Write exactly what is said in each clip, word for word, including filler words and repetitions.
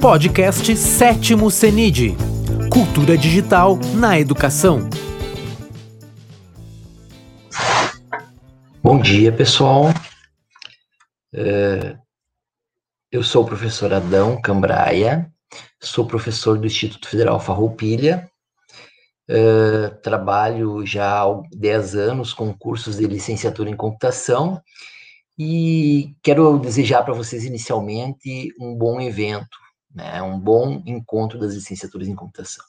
Podcast Sétimo CENID. Cultura digital na educação. Bom dia, pessoal. É, eu sou o professor Adão Cambraia, sou professor do Instituto Federal Farroupilha, é, trabalho já há dez anos com cursos de licenciatura em computação e quero desejar para vocês inicialmente um bom evento, né, um bom encontro das licenciaturas em computação.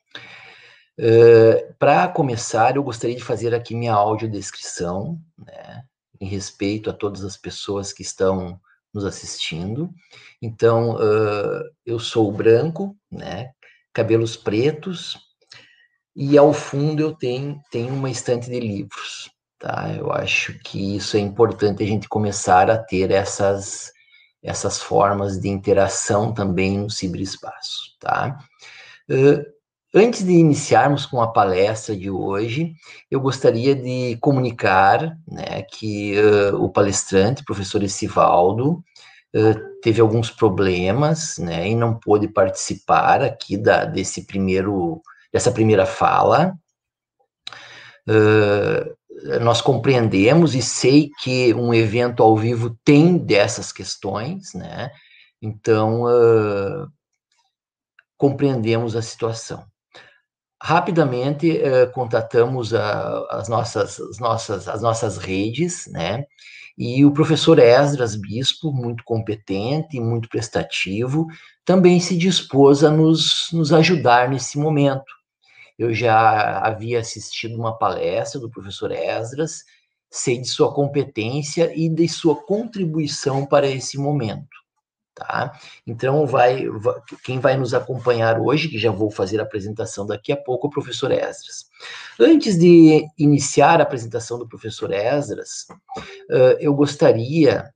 Uh, para começar, eu gostaria de fazer aqui minha audiodescrição, né, em respeito a todas as pessoas que estão nos assistindo. Então, uh, eu sou branco, né, cabelos pretos, e ao fundo eu tenho, tenho uma estante de livros, tá? Eu acho que isso é importante a gente começar a ter essas, essas formas de interação também no ciberespaço, tá? Uh, Antes de iniciarmos com a palestra de hoje, eu gostaria de comunicar, né, que uh, o palestrante, professor Esivaldo, uh, teve alguns problemas, né, e não pôde participar aqui da, desse primeiro, dessa primeira fala. Uh, nós compreendemos e sei que um evento ao vivo tem dessas questões, né, então uh, compreendemos a situação. Rapidamente eh, contatamos a, as, nossas, as, nossas, as nossas redes, né? E o professor Esdras Bispo, muito competente, muito prestativo, também se dispôs a nos, nos ajudar nesse momento. Eu já havia assistido uma palestra do professor Esdras, sei de sua competência e de sua contribuição para esse momento. Tá? Então, vai, vai, quem vai nos acompanhar hoje, que já vou fazer a apresentação daqui a pouco, é o professor Esdras. Antes de iniciar a apresentação do professor Esdras, uh, eu gostaria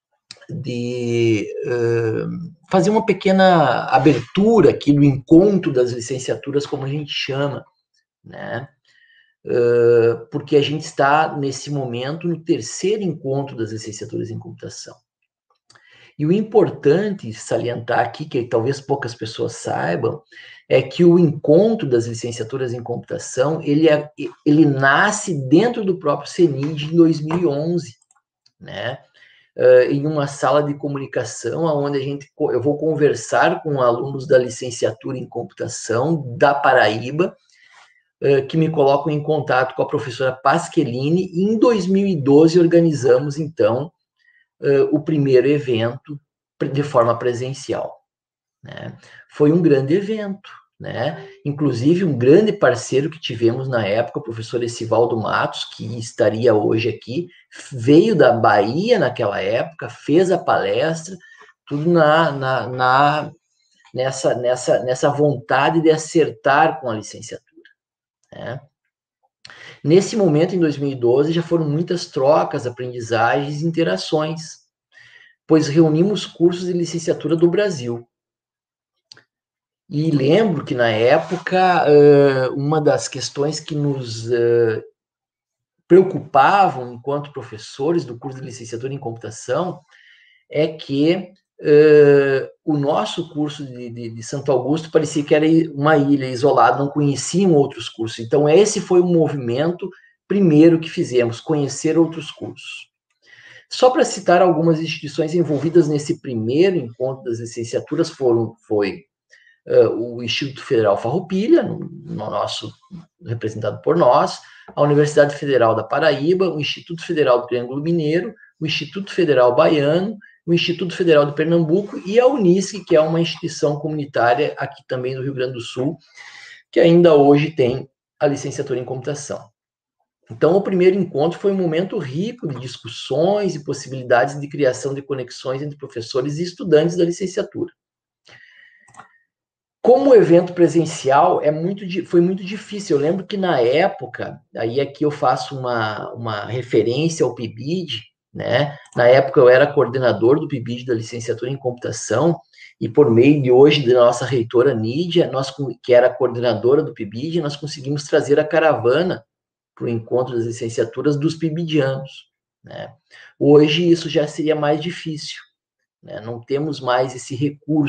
de uh, fazer uma pequena abertura aqui do encontro das licenciaturas, como a gente chama, né? Uh, porque a gente está, nesse momento, no terceiro encontro das licenciaturas em computação. E o importante salientar aqui, que talvez poucas pessoas saibam, é que o encontro das licenciaturas em computação, ele, é, ele nasce dentro do próprio CENID em dois mil e onze, né? Uh, em uma sala de comunicação, onde a gente, eu vou conversar com alunos da licenciatura em computação da Paraíba, uh, que me colocam em contato com a professora Pasquelini, e em dois mil e doze organizamos, então, Uh, o primeiro evento de forma presencial, né? Foi um grande evento, né? Inclusive, um grande parceiro que tivemos na época, o professor Esivaldo Matos, que estaria hoje aqui, veio da Bahia naquela época, fez a palestra, tudo na, na, na, nessa, nessa, nessa vontade de acertar com a licenciatura, né? Nesse momento, em dois mil e doze, já foram muitas trocas, aprendizagens e interações, pois reunimos cursos de licenciatura do Brasil. E lembro que, na época, uma das questões que nos preocupavam enquanto professores do curso de licenciatura em computação é que o nosso curso de, de, de Santo Augusto parecia que era uma ilha isolada, não conheciam outros cursos. Então, esse foi o movimento primeiro que fizemos, conhecer outros cursos. Só para citar algumas instituições envolvidas nesse primeiro encontro das licenciaturas, foram, foi uh, o Instituto Federal Farroupilha, no, no nosso, representado por nós, a Universidade Federal da Paraíba, o Instituto Federal do Triângulo Mineiro, o Instituto Federal Baiano, o Instituto Federal de Pernambuco e a Unisc, que é uma instituição comunitária aqui também do Rio Grande do Sul, que ainda hoje tem a licenciatura em computação. Então, o primeiro encontro foi um momento rico de discussões e possibilidades de criação de conexões entre professores e estudantes da licenciatura. Como o evento presencial é muito, foi muito difícil, eu lembro que na época, aí aqui eu faço uma, uma referência ao P I B I D, né? Na época eu era coordenador do P I B I D da licenciatura em computação, e por meio de hoje da nossa reitora Nídia, nós, que era coordenadora do P I B I D, nós conseguimos trazer a caravana para o encontro das licenciaturas dos pibidianos, né? Hoje isso já seria mais difícil, né? Não temos mais esse recurso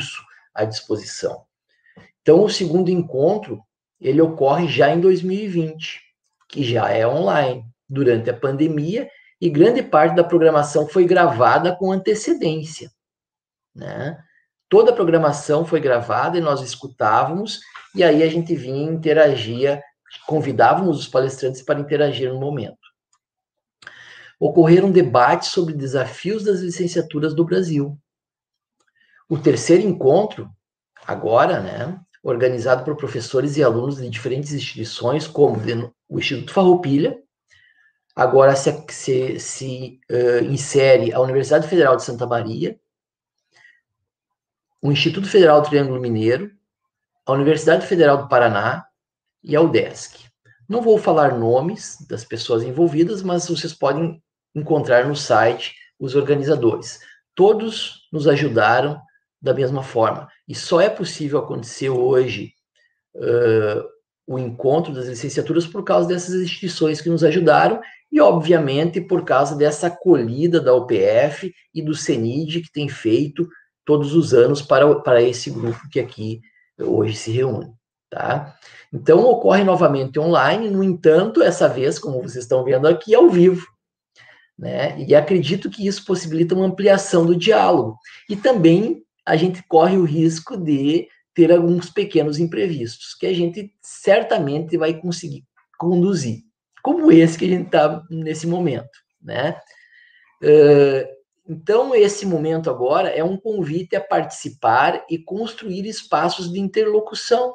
à disposição. Então, o segundo encontro, ele ocorre já em dois mil e vinte, que já é online, durante a pandemia, e grande parte da programação foi gravada com antecedência, né? Toda a programação foi gravada e nós escutávamos, e aí a gente vinha e interagia, convidávamos os palestrantes para interagir no momento. Ocorreram debates sobre desafios das licenciaturas do Brasil. O terceiro encontro, agora, né, organizado por professores e alunos de diferentes instituições, como o Instituto Farroupilha, agora se, se, se uh, insere a Universidade Federal de Santa Maria, o Instituto Federal do Triângulo Mineiro, a Universidade Federal do Paraná e a UDESC. Não vou falar nomes das pessoas envolvidas, mas vocês podem encontrar no site os organizadores. Todos nos ajudaram da mesma forma. E só é possível acontecer hoje uh, o encontro das licenciaturas por causa dessas instituições que nos ajudaram e, obviamente, por causa dessa acolhida da U P F e do CENID que tem feito todos os anos para, para esse grupo que aqui hoje se reúne. Tá? Então, ocorre novamente online, no entanto, essa vez, como vocês estão vendo aqui, ao vivo. Né? E acredito que isso possibilita uma ampliação do diálogo. E também a gente corre o risco de ter alguns pequenos imprevistos, que a gente certamente vai conseguir conduzir, como esse que a gente está nesse momento. Né? Então, esse momento agora é um convite a participar e construir espaços de interlocução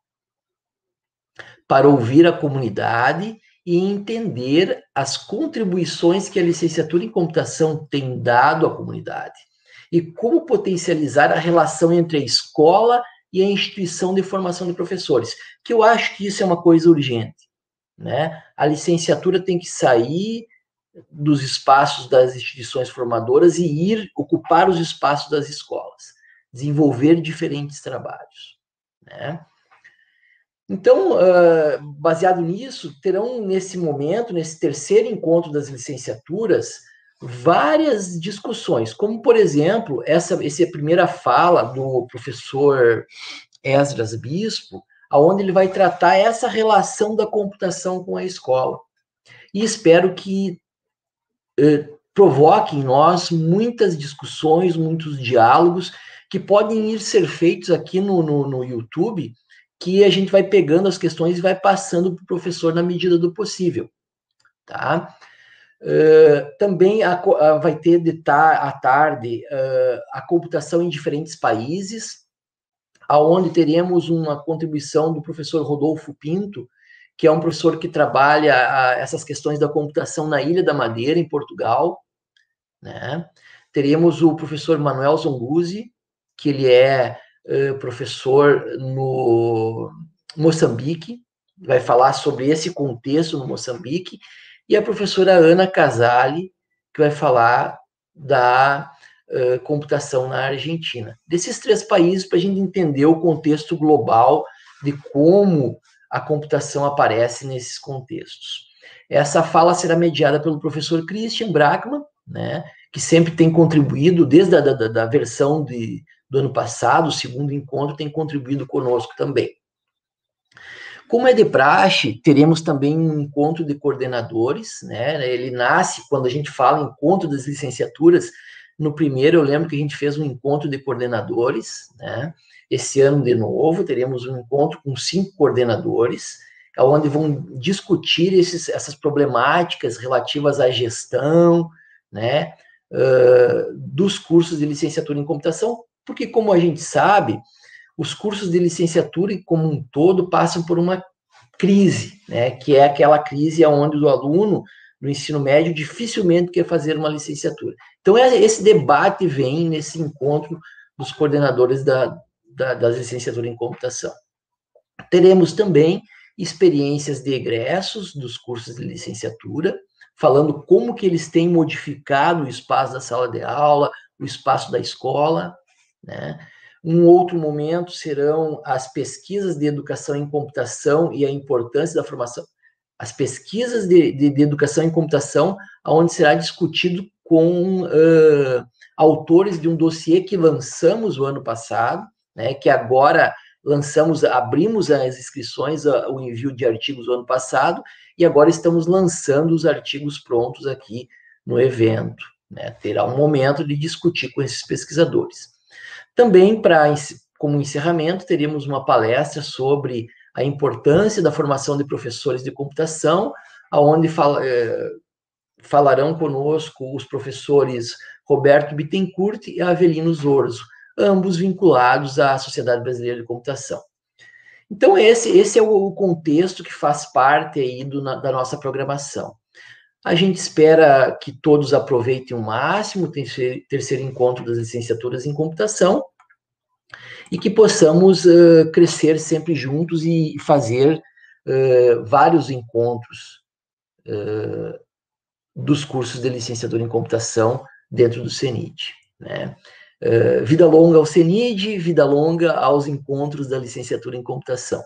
para ouvir a comunidade e entender as contribuições que a licenciatura em computação tem dado à comunidade e como potencializar a relação entre a escola e a instituição de formação de professores, que eu acho que isso é uma coisa urgente, né? A licenciatura tem que sair dos espaços das instituições formadoras e ir ocupar os espaços das escolas, desenvolver diferentes trabalhos, né? Então, uh, baseado nisso, terão nesse momento, nesse terceiro encontro das licenciaturas, várias discussões, como, por exemplo, essa, essa primeira fala do professor Esdras Bispo, onde ele vai tratar essa relação da computação com a escola. E espero que uh, provoque em nós muitas discussões, muitos diálogos, que podem ir ser feitos aqui no, no, no YouTube, que a gente vai pegando as questões e vai passando para o professor na medida do possível, tá? Uh, também a, a, vai ter de tar, à tarde uh, a computação em diferentes países, aonde teremos uma contribuição do professor Rodolfo Pinto, que é um professor que trabalha a, essas questões da computação na Ilha da Madeira, em Portugal, né? Teremos o professor Manuel Zonguzzi, que ele é Uh, professor no Moçambique, vai falar sobre esse contexto no Moçambique, e a professora Ana Casali, que vai falar da uh, computação na Argentina. Desses três países, para a gente entender o contexto global de como a computação aparece nesses contextos. Essa fala será mediada pelo professor Christian Brackmann, né, que sempre tem contribuído, desde a da, da, da versão de do ano passado, o segundo encontro, tem contribuído conosco também. Como é de praxe, teremos também um encontro de coordenadores, né? Ele nasce, quando a gente fala encontro das licenciaturas, no primeiro eu lembro que a gente fez um encontro de coordenadores, né? Esse ano, de novo, teremos um encontro com cinco coordenadores, onde vão discutir esses, essas problemáticas relativas à gestão, né? Uh, dos cursos de licenciatura em computação, porque, como a gente sabe, os cursos de licenciatura como um todo passam por uma crise, né, que é aquela crise onde o aluno no ensino médio dificilmente quer fazer uma licenciatura. Então, esse debate vem nesse encontro dos coordenadores da, da, das licenciaturas em computação. Teremos também experiências de egressos dos cursos de licenciatura, falando como que eles têm modificado o espaço da sala de aula, o espaço da escola, né? Um outro momento serão as pesquisas de educação em computação e a importância da formação. As pesquisas de, de, de educação em computação, onde será discutido com uh, autores de um dossiê que lançamos o ano passado, né, que agora lançamos, abrimos as inscrições, o envio de artigos no ano passado, e agora estamos lançando os artigos prontos aqui no evento, né? Terá um momento de discutir com esses pesquisadores. Também, para como encerramento, teríamos uma palestra sobre a importância da formação de professores de computação, onde fala, é, falarão conosco os professores Roberto Bittencourt e Avelino Zorzo, ambos vinculados à Sociedade Brasileira de Computação. Então, esse, esse é o contexto que faz parte aí do, da nossa programação. A gente espera que todos aproveitem o máximo o terceiro, terceiro encontro das licenciaturas em computação e que possamos uh, crescer sempre juntos e fazer uh, vários encontros uh, dos cursos de licenciatura em computação dentro do CENID, né? Uh, vida longa ao CENID, vida longa aos encontros da licenciatura em computação.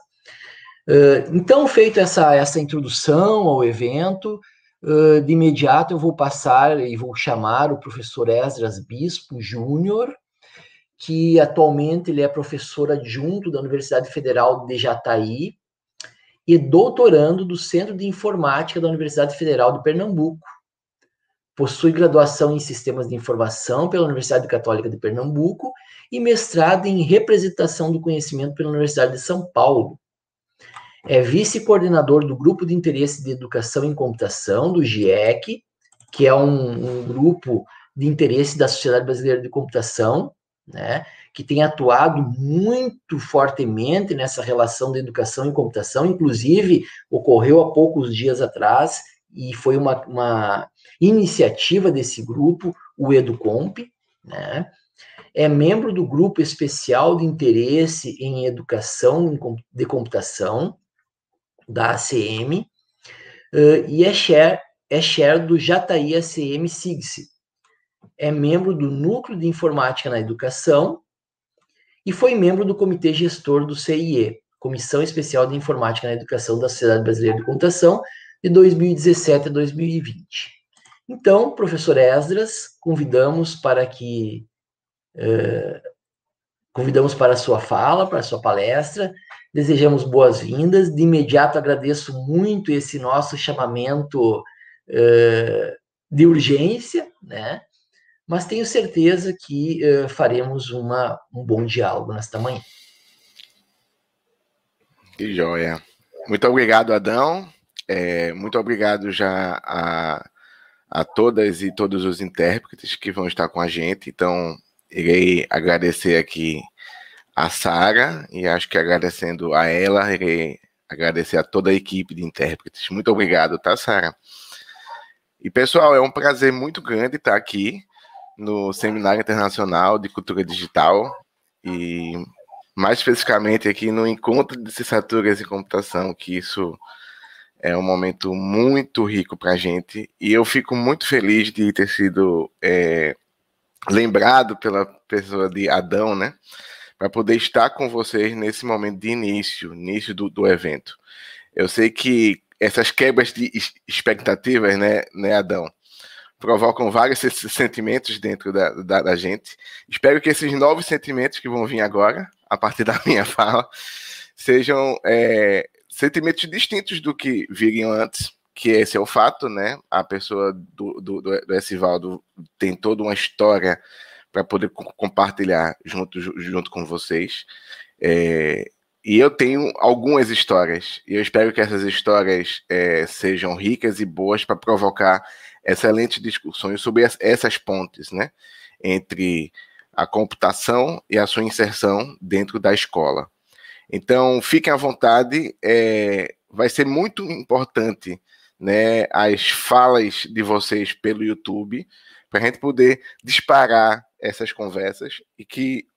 Uh, então, feito essa, essa introdução ao evento, uh, de imediato eu vou passar e vou chamar o professor Esdras Bispo Júnior, que atualmente ele é professor adjunto da Universidade Federal de Jataí e doutorando do Centro de Informática da Universidade Federal de Pernambuco. Possui graduação em Sistemas de Informação pela Universidade Católica de Pernambuco e mestrado em Representação do Conhecimento pela Universidade de São Paulo. É vice-coordenador do Grupo de Interesse de Educação em Computação, do GIEC, que é um, um grupo de interesse da Sociedade Brasileira de Computação, né, que tem atuado muito fortemente nessa relação de educação e computação, inclusive ocorreu há poucos dias atrás, e foi uma, uma iniciativa desse grupo, o EduComp, né? É membro do Grupo Especial de Interesse em Educação de Computação, da A C M, uh, e é chair, é chair do Jataí A C M SIGSE. É membro do Núcleo de Informática na Educação e foi membro do Comitê Gestor do C I E, Comissão Especial de Informática na Educação da Sociedade Brasileira de Computação, de dois mil e dezessete a dois mil e vinte. Então, professor Esdras, convidamos para que uh, convidamos para a sua fala, para a sua palestra, desejamos boas-vindas, de imediato agradeço muito esse nosso chamamento uh, de urgência, né? Mas tenho certeza que uh, faremos uma, um bom diálogo nesta manhã. Que joia. Muito obrigado, Adão. É, muito obrigado já a, a todas e todos os intérpretes que vão estar com a gente. Então, irei agradecer aqui a Sara e acho que agradecendo a ela, irei agradecer a toda a equipe de intérpretes. Muito obrigado, tá, Sara? E, pessoal, é um prazer muito grande estar aqui no Seminário Internacional de Cultura Digital e, mais especificamente, aqui no Encontro de Licenciaturas em Computação, que isso é um momento muito rico para a gente, e eu fico muito feliz de ter sido é, lembrado pela pessoa de Adão, né, para poder estar com vocês nesse momento de início, início do, do evento. Eu sei que essas quebras de expectativas, né, né, Adão, provocam vários sentimentos dentro da, da, da gente. Espero que esses novos sentimentos que vão vir agora, a partir da minha fala, sejam é, sentimentos distintos do que viriam antes, que esse é o fato, né? A pessoa do, do, do Esivaldo tem toda uma história para poder compartilhar junto, junto com vocês. É, e eu tenho algumas histórias, e eu espero que essas histórias é, sejam ricas e boas para provocar excelentes discussões sobre essas pontes, né, entre a computação e a sua inserção dentro da escola. Então, fiquem à vontade, é, vai ser muito importante, né, as falas de vocês pelo YouTube, para a gente poder disparar essas conversas e que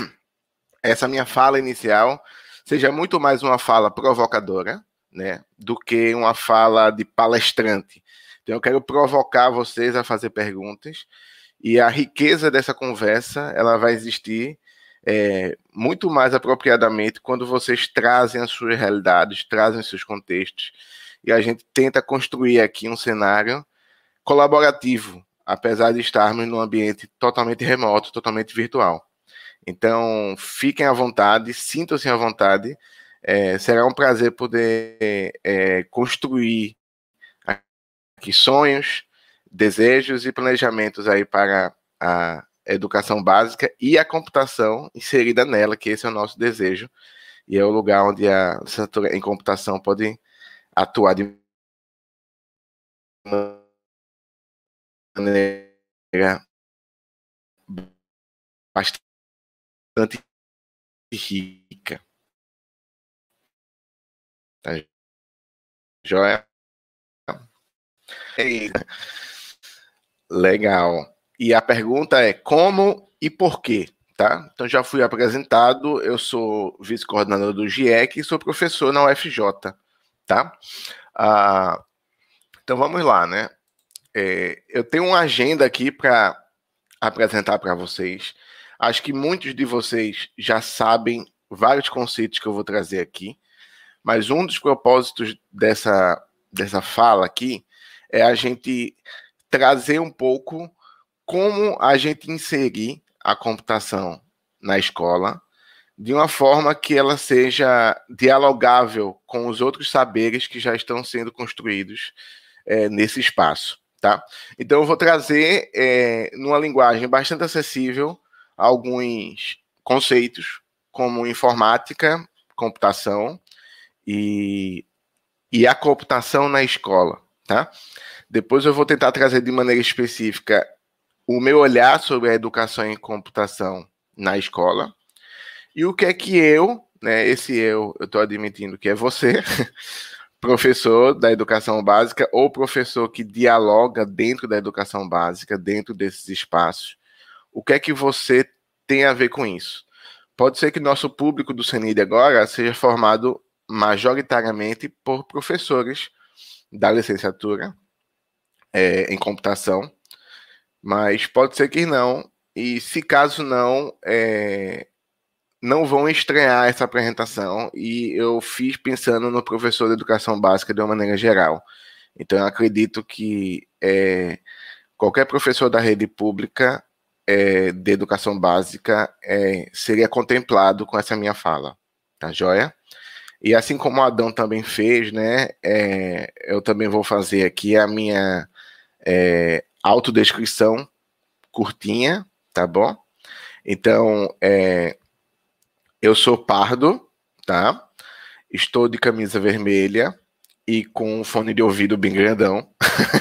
essa minha fala inicial seja muito mais uma fala provocadora, né, do que uma fala de palestrante. Então, eu quero provocar vocês a fazer perguntas e a riqueza dessa conversa ela vai existir é, muito mais apropriadamente quando vocês trazem as suas realidades, trazem os seus contextos e a gente tenta construir aqui um cenário colaborativo, apesar de estarmos num ambiente totalmente remoto, totalmente virtual. Então, fiquem à vontade, sintam-se à vontade. É, será um prazer poder é, construir aqui sonhos, desejos e planejamentos aí para a educação básica e a computação inserida nela, que esse é o nosso desejo, e é o lugar onde a licenciatura em computação pode atuar de maneira bastante rica. Tá joia? Legal. E a pergunta é como e por quê, tá? Então já fui apresentado, eu sou vice-coordenador do GIEC e sou professor na U F J, tá? Ah, então vamos lá, né? É, eu tenho uma agenda aqui para apresentar para vocês. Acho que muitos de vocês já sabem vários conceitos que eu vou trazer aqui, mas um dos propósitos dessa, dessa fala aqui é a gente trazer um pouco como a gente inserir a computação na escola de uma forma que ela seja dialogável com os outros saberes que já estão sendo construídos é, nesse espaço, tá? Então eu vou trazer, é, numa linguagem bastante acessível, alguns conceitos como informática, computação e, e a computação na escola, tá? Depois eu vou tentar trazer de maneira específica o meu olhar sobre a educação em computação na escola e o que é que eu, né, esse eu, eu estou admitindo que é você, professor da educação básica ou professor que dialoga dentro da educação básica, dentro desses espaços, o que é que você tem a ver com isso? Pode ser que nosso público do CENID agora seja formado majoritariamente por professores da licenciatura é, em computação, mas pode ser que não, e se caso não, é, não vão estranhar essa apresentação, e eu fiz pensando no professor de educação básica de uma maneira geral. Então eu acredito que é, qualquer professor da rede pública é, de educação básica é, seria contemplado com essa minha fala, tá joia? E assim como o Adão também fez, né, é, eu também vou fazer aqui a minha é, autodescrição curtinha, tá bom? Então, é, eu sou pardo, tá? Estou de camisa vermelha e com um fone de ouvido bem grandão,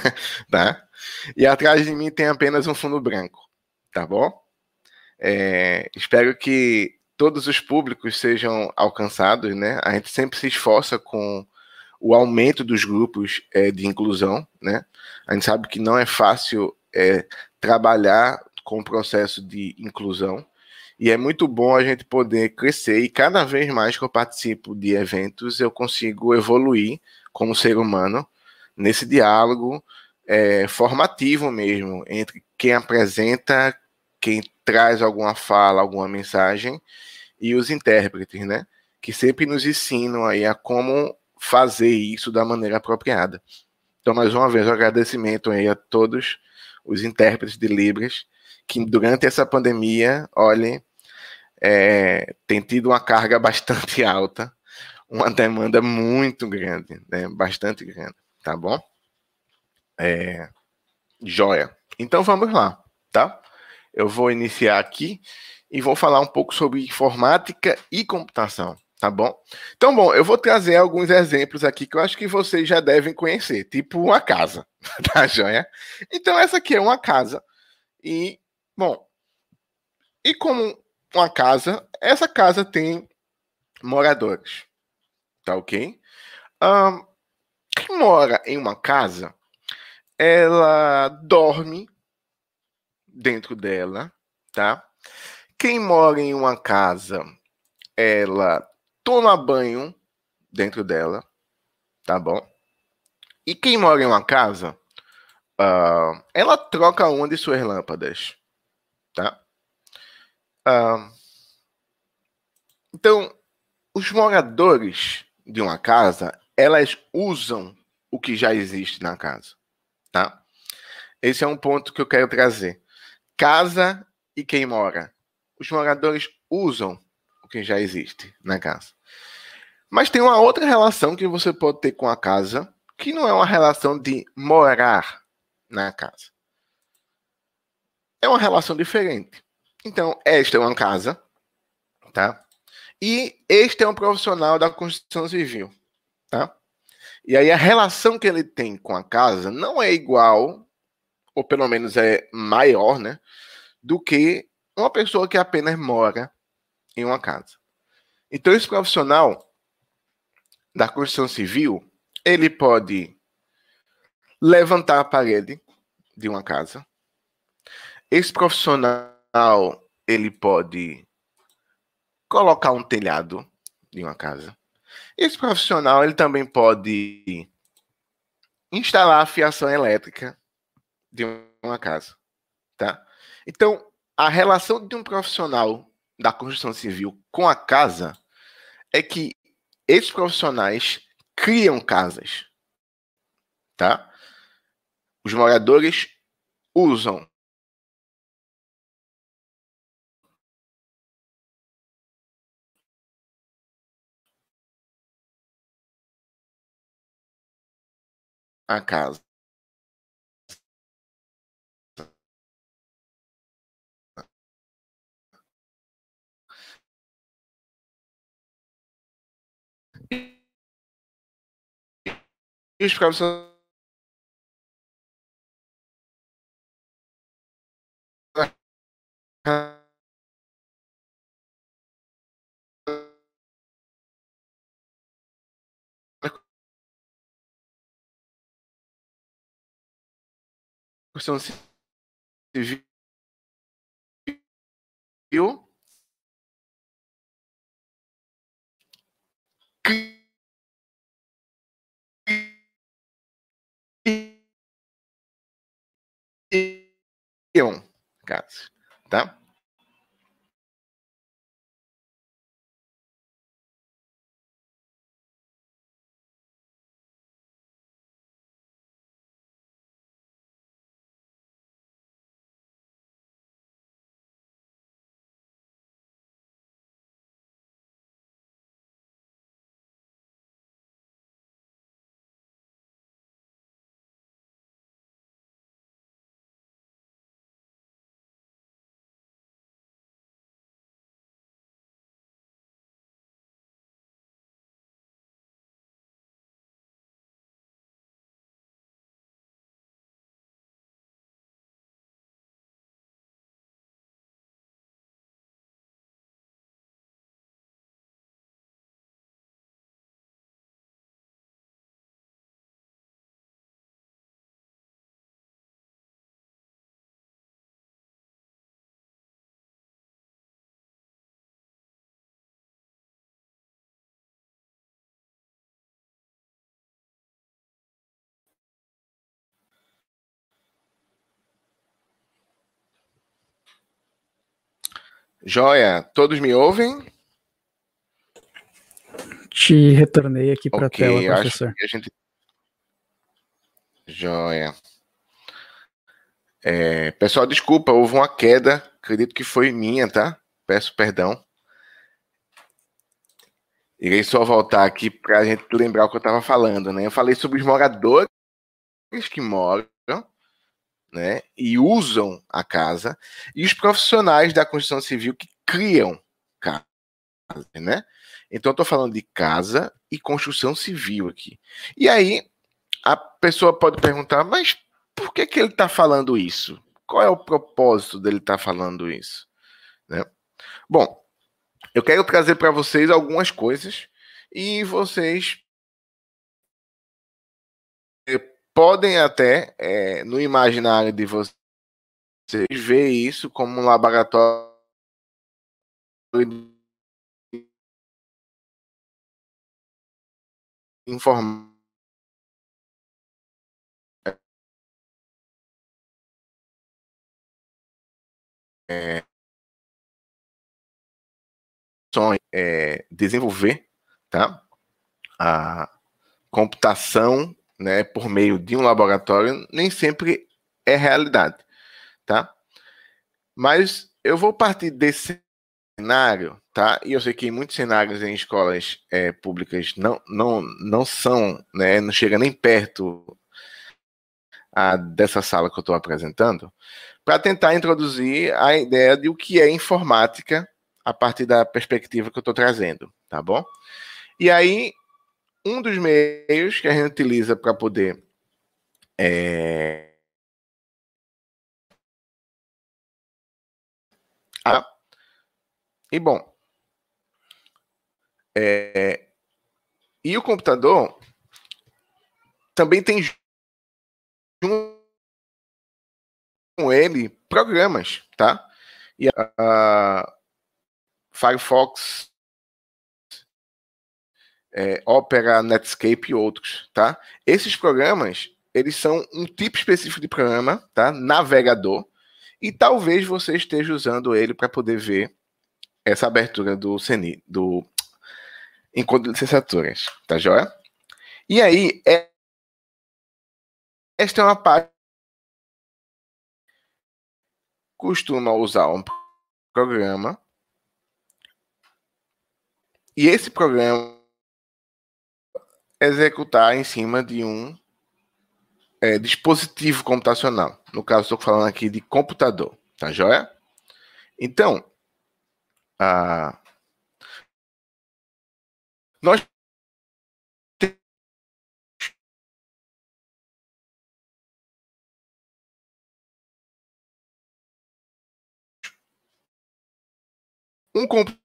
tá? E atrás de mim tem apenas um fundo branco, tá bom? É, espero que todos os públicos sejam alcançados, né? A gente sempre se esforça com o aumento dos grupos é, de inclusão, né? A gente sabe que não é fácil é, trabalhar com o processo de inclusão, e é muito bom a gente poder crescer, e cada vez mais que eu participo de eventos, eu consigo evoluir como ser humano, nesse diálogo é, formativo mesmo, entre quem apresenta, quem traz alguma fala, alguma mensagem, e os intérpretes, né? Que sempre nos ensinam aí a como fazer isso da maneira apropriada. Então, mais uma vez, um agradecimento aí a todos os intérpretes de Libras, que durante essa pandemia, olhem, é, tem tido uma carga bastante alta, uma demanda muito grande, né? Bastante grande, tá bom? É, joia. Então, vamos lá, tá? Eu vou iniciar aqui e vou falar um pouco sobre informática e computação, tá bom? Então, bom, eu vou trazer alguns exemplos aqui que eu acho que vocês já devem conhecer, tipo uma casa, tá joia? Então, essa aqui é uma casa e, bom, e como uma casa, essa casa tem moradores, tá ok? Um, quem mora em uma casa, ela dorme dentro dela, tá? Quem mora em uma casa, ela toma banho dentro dela, tá bom? E quem mora em uma casa, uh, ela troca uma de suas lâmpadas, tá? Uh, então, os moradores de uma casa, elas usam o que já existe na casa, tá? Esse é um ponto que eu quero trazer. Casa e quem mora os moradores usam o que já existe na casa. Mas tem uma outra relação que você pode ter com a casa, que não é uma relação de morar na casa. É uma relação diferente. Então, esta é uma casa, tá? E este é um profissional da construção civil, tá? E aí a relação que ele tem com a casa não é igual, ou pelo menos é maior, né, do que uma pessoa que apenas mora em uma casa. Então, esse profissional da construção civil, ele pode levantar a parede de uma casa. Esse profissional, ele pode colocar um telhado de uma casa. Esse profissional, ele também pode instalar a fiação elétrica de uma casa, tá? Então, a relação de um profissional da construção civil com a casa é que esses profissionais criam casas, tá? Os moradores usam a casa. E os profissionais construção civil criam casas, tá? Joia, todos me ouvem? Te retornei aqui para a Ok, tela, acho professor. que a gente... Joia. É, pessoal, desculpa, houve uma queda, acredito que foi minha, tá? Peço perdão. Irei só voltar aqui para a gente lembrar o que eu estava falando, né? Eu falei sobre os moradores que moram, né, e usam a casa, e os profissionais da construção civil que criam casa, né? Então, eu estou falando de casa e construção civil aqui. E aí, a pessoa pode perguntar, mas por que que ele está falando isso? Qual é o propósito dele estar tá falando isso? Né? Bom, eu quero trazer para vocês algumas coisas e vocês podem até, é, no imaginário de vocês, ver isso como um laboratório informático. É, é, desenvolver, tá, a computação, né, por meio de um laboratório nem sempre é realidade, tá? Mas eu vou partir desse cenário, tá? E eu sei que muitos cenários em escolas é, públicas não, não, não são, né? Não chega nem perto a, dessa sala que eu estou apresentando, para tentar introduzir a ideia de o que é informática a partir da perspectiva que eu estou trazendo, tá bom? E aí, um dos meios que a gente utiliza para poder é, ah, e bom, é, e o computador também tem junto com ele programas, tá? E a, a Firefox, é, Opera, Netscape e outros, tá? Esses programas, eles são um tipo específico de programa, tá? Navegador, e talvez você esteja usando ele para poder ver essa abertura do C N I, do Encontro de Licenciaturas, tá joia? E aí, é, esta é uma página que costuma usar um programa, e esse programa executar em cima de um é, dispositivo computacional. No caso, estou falando aqui de computador, tá joia? Então, a... nós um computador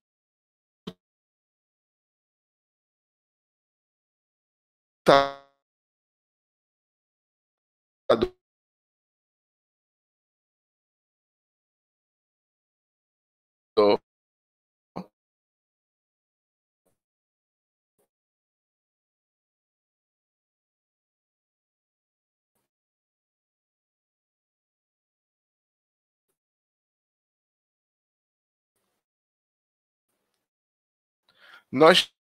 nós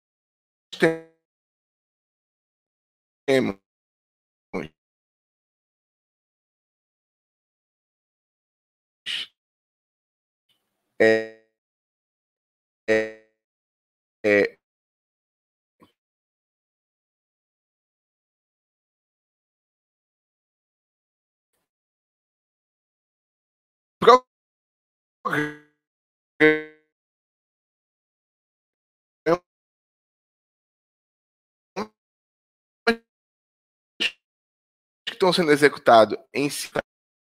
temos é, é, é, que estão sendo executados em cima.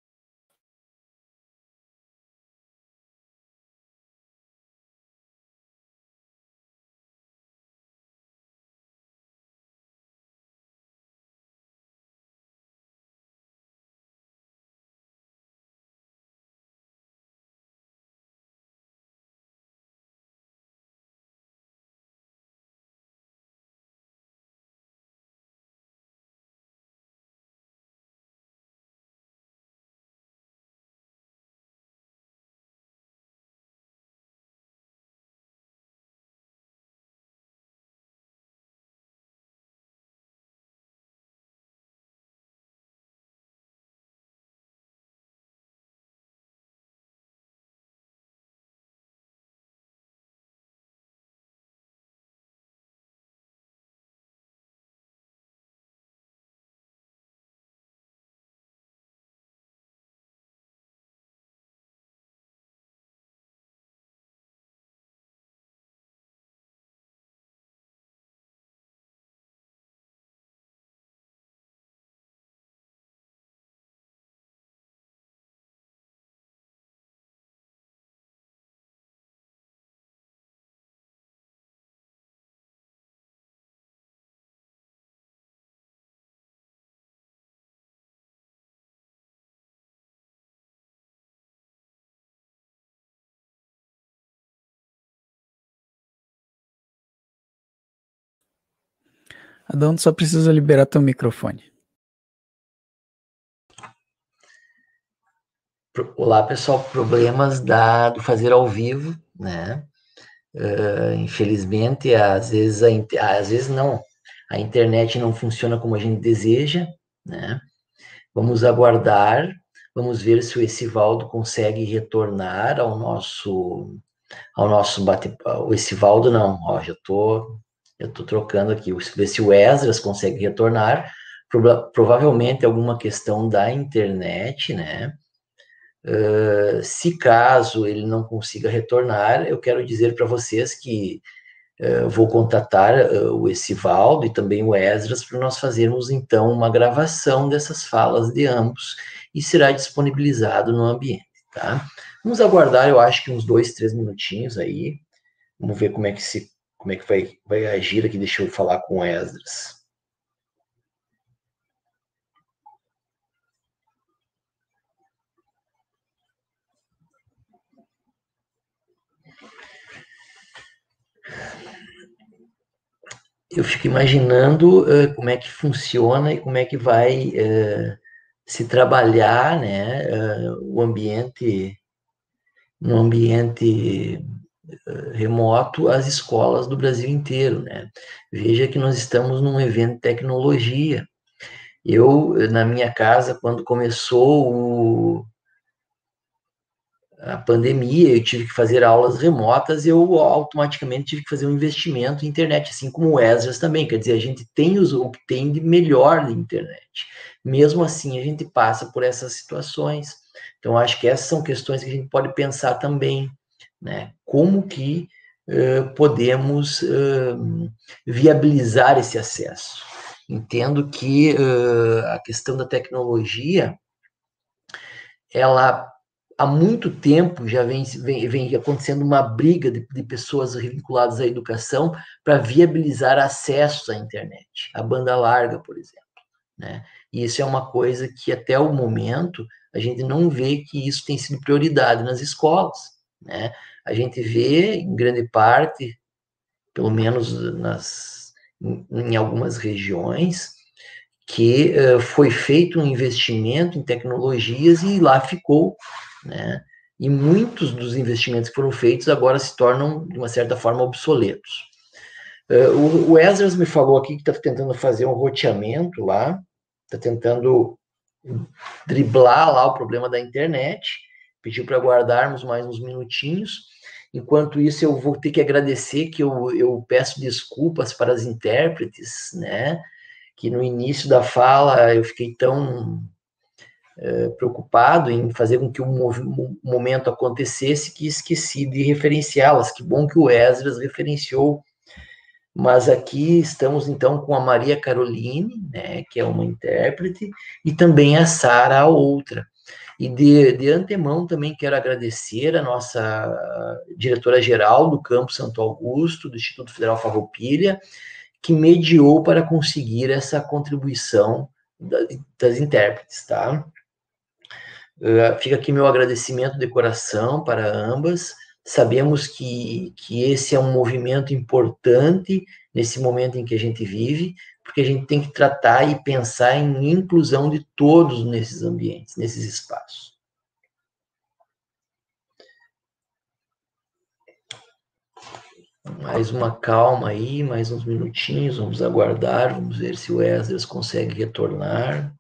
Adão, só precisa liberar teu microfone. Olá, pessoal. Problemas da, do fazer ao vivo, né? Uh, infelizmente, às vezes, a, às vezes não, a internet não funciona como a gente deseja, né? Vamos aguardar, vamos ver se o Esivaldo consegue retornar ao nosso, ao nosso bate... Esse Valdo não, ó, já tô, eu tô trocando aqui, ver se o Esdras consegue retornar, Prova provavelmente alguma questão da internet, né? Uh, se caso ele não consiga retornar, eu quero dizer para vocês que uh, vou contatar uh, o Esivaldo e também o Esdras para nós fazermos então uma gravação dessas falas de ambos e será disponibilizado no ambiente, tá? Vamos aguardar, eu acho que uns dois, três minutinhos aí, vamos ver como é que se, como é que vai, vai agir aqui. Deixa eu falar com o Esdras. Eu fico imaginando uh, como é que funciona e como é que vai uh, se trabalhar, né, uh, o ambiente, no ambiente uh, remoto, as escolas do Brasil inteiro, né? Veja que nós estamos num evento de tecnologia. Eu, na minha casa, quando começou o, a pandemia, eu tive que fazer aulas remotas, eu automaticamente tive que fazer um investimento em internet, assim como o Esdras também. Quer dizer, a gente tem os, o que tem de melhor na internet. Mesmo assim, a gente passa por essas situações. Então, acho que essas são questões que a gente pode pensar também, né? Como que uh, podemos uh, viabilizar esse acesso? Entendo que uh, a questão da tecnologia, ela há muito tempo já vem, vem, vem acontecendo uma briga de, de pessoas vinculadas à educação para viabilizar acesso à internet, à banda larga, por exemplo, né? E isso é uma coisa que até o momento a gente não vê que isso tem sido prioridade nas escolas, né? A gente vê, em grande parte, pelo menos nas, em, em algumas regiões, que uh, foi feito um investimento em tecnologias e lá ficou, né? E muitos dos investimentos que foram feitos agora se tornam, de uma certa forma, obsoletos. Uh, o, o Esdras me falou aqui que está tentando fazer um roteamento lá, está tentando driblar lá o problema da internet, pediu para aguardarmos mais uns minutinhos. Enquanto isso, eu vou ter que agradecer que eu, eu peço desculpas para as intérpretes, né? Que no início da fala eu fiquei tão é, preocupado em fazer com que o um momento acontecesse que esqueci de referenciá-las. Que bom que o Esdras referenciou. Mas aqui estamos, então, com a Maria Caroline, né, que é uma intérprete, e também a Sara, a outra. E de, de antemão também quero agradecer a nossa diretora-geral do Campus Santo Augusto, do Instituto Federal Farroupilha, que mediou para conseguir essa contribuição das intérpretes, tá? Fica aqui meu agradecimento de coração para ambas. Sabemos que, que esse é um movimento importante nesse momento em que a gente vive, porque a gente tem que tratar e pensar em inclusão de todos nesses ambientes, nesses espaços. Mais uma calma aí, mais uns minutinhos, vamos aguardar, vamos ver se o Esdras consegue retornar.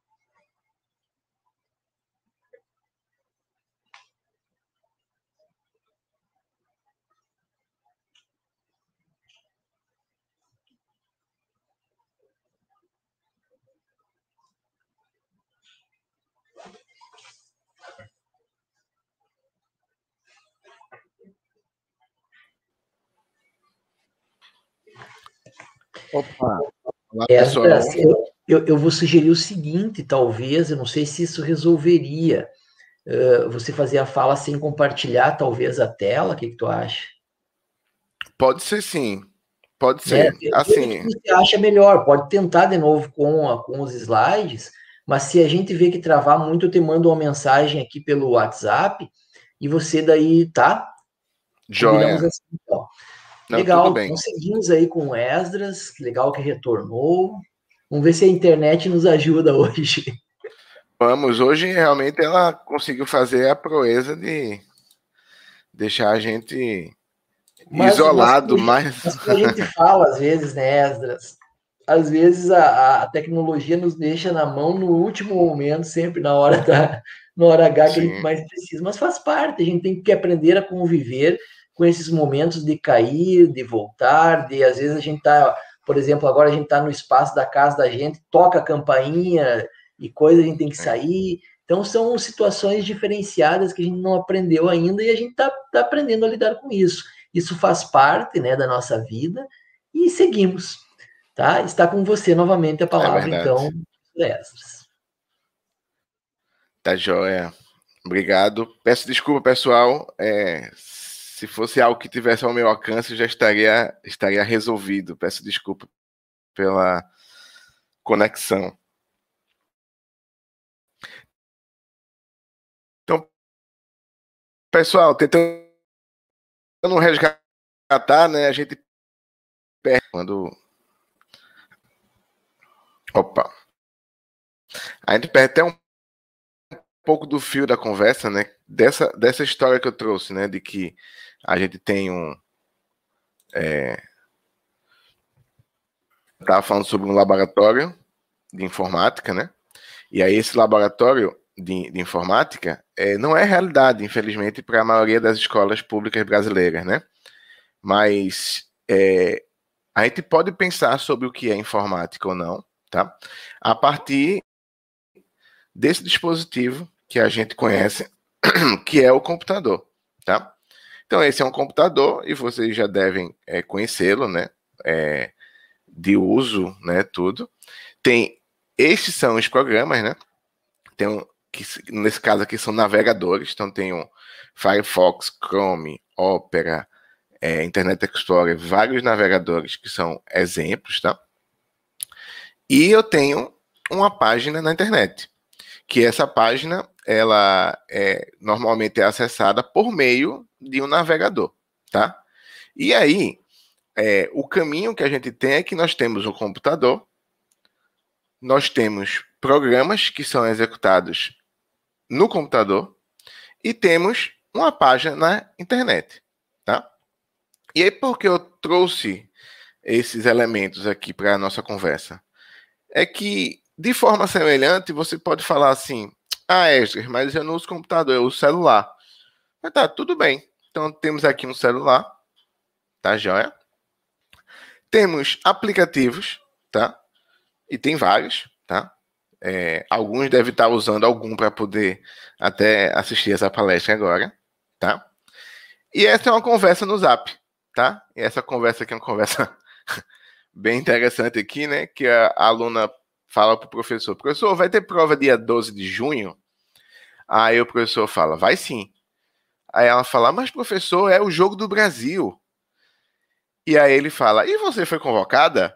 Opa! Olá, Esdras, eu, eu, eu vou sugerir o seguinte, talvez, eu não sei se isso resolveria, uh, você fazer a fala sem compartilhar, talvez, a tela, o que, que tu acha? Pode ser sim, pode ser. É, assim, o que você acha melhor, pode tentar de novo com, a, com os slides, mas se a gente vê que travar muito, eu te mando uma mensagem aqui pelo WhatsApp, e você daí, tá? Joia. Assim, então. Não, legal, tudo bem. Então seguimos aí com o Esdras, que legal que retornou. Vamos ver se a internet nos ajuda hoje. Vamos, hoje realmente ela conseguiu fazer a proeza de deixar a gente mas, isolado, mas... mas... mas a gente fala às vezes, né, Esdras? Às vezes a, a tecnologia nos deixa na mão no último momento, sempre na hora, da, na hora H que Sim. a gente mais precisa. Mas faz parte, a gente tem que aprender a conviver com esses momentos de cair, de voltar, de às vezes a gente tá, por exemplo, agora a gente tá no espaço da casa da gente, toca a campainha e coisa, a gente tem que sair. Então são situações diferenciadas que a gente não aprendeu ainda e a gente tá, tá aprendendo a lidar com isso. Isso faz parte, né, da nossa vida e seguimos, tá? Está com você novamente a palavra, É então, Esdras. Tá joia. Obrigado. Peço desculpa, pessoal. É, se fosse algo que tivesse ao meu alcance, já estaria, estaria resolvido. Peço desculpa pela conexão. Então, pessoal, tentando resgatar, né? A gente perde quando. Opa! A gente perde até um pouco do fio da conversa, né? Dessa, dessa história que eu trouxe, né? De que a gente tem um. É, estava falando sobre um laboratório de informática, né? E aí esse laboratório de, de informática é, não é realidade, infelizmente, para a maioria das escolas públicas brasileiras, né? Mas é, a gente pode pensar sobre o que é informática ou não, tá? A partir desse dispositivo que a gente conhece, que é o computador, tá? Então esse é um computador e vocês já devem é, conhecê-lo, né? É, de uso, né? Tudo. Tem, estes são os programas, né? Tem um, que nesse caso aqui são navegadores, então tem o Firefox, Chrome, Opera, é, Internet Explorer, vários navegadores que são exemplos, tá? E eu tenho uma página na internet, que essa página, ela é, normalmente é acessada por meio de um navegador, tá? E aí, é, o caminho que a gente tem é que nós temos um computador, nós temos programas que são executados no computador e temos uma página na internet, tá? E aí, por que eu trouxe esses elementos aqui para a nossa conversa? É que, de forma semelhante, você pode falar assim, ah, Esdras, mas eu não uso computador, eu uso celular. Mas tá, tudo bem. Então, temos aqui um celular, tá, joia? Temos aplicativos, tá? E tem vários, tá? É, alguns devem estar usando algum para poder até assistir essa palestra agora, tá? E essa é uma conversa no Zap, tá? E essa conversa aqui é uma conversa bem interessante aqui, né? Que a aluna fala para o professor, professor, vai ter prova dia doze de junho? Aí o professor fala, vai sim. Aí ela fala, mas professor, é o jogo do Brasil. E aí ele fala, e você foi convocada?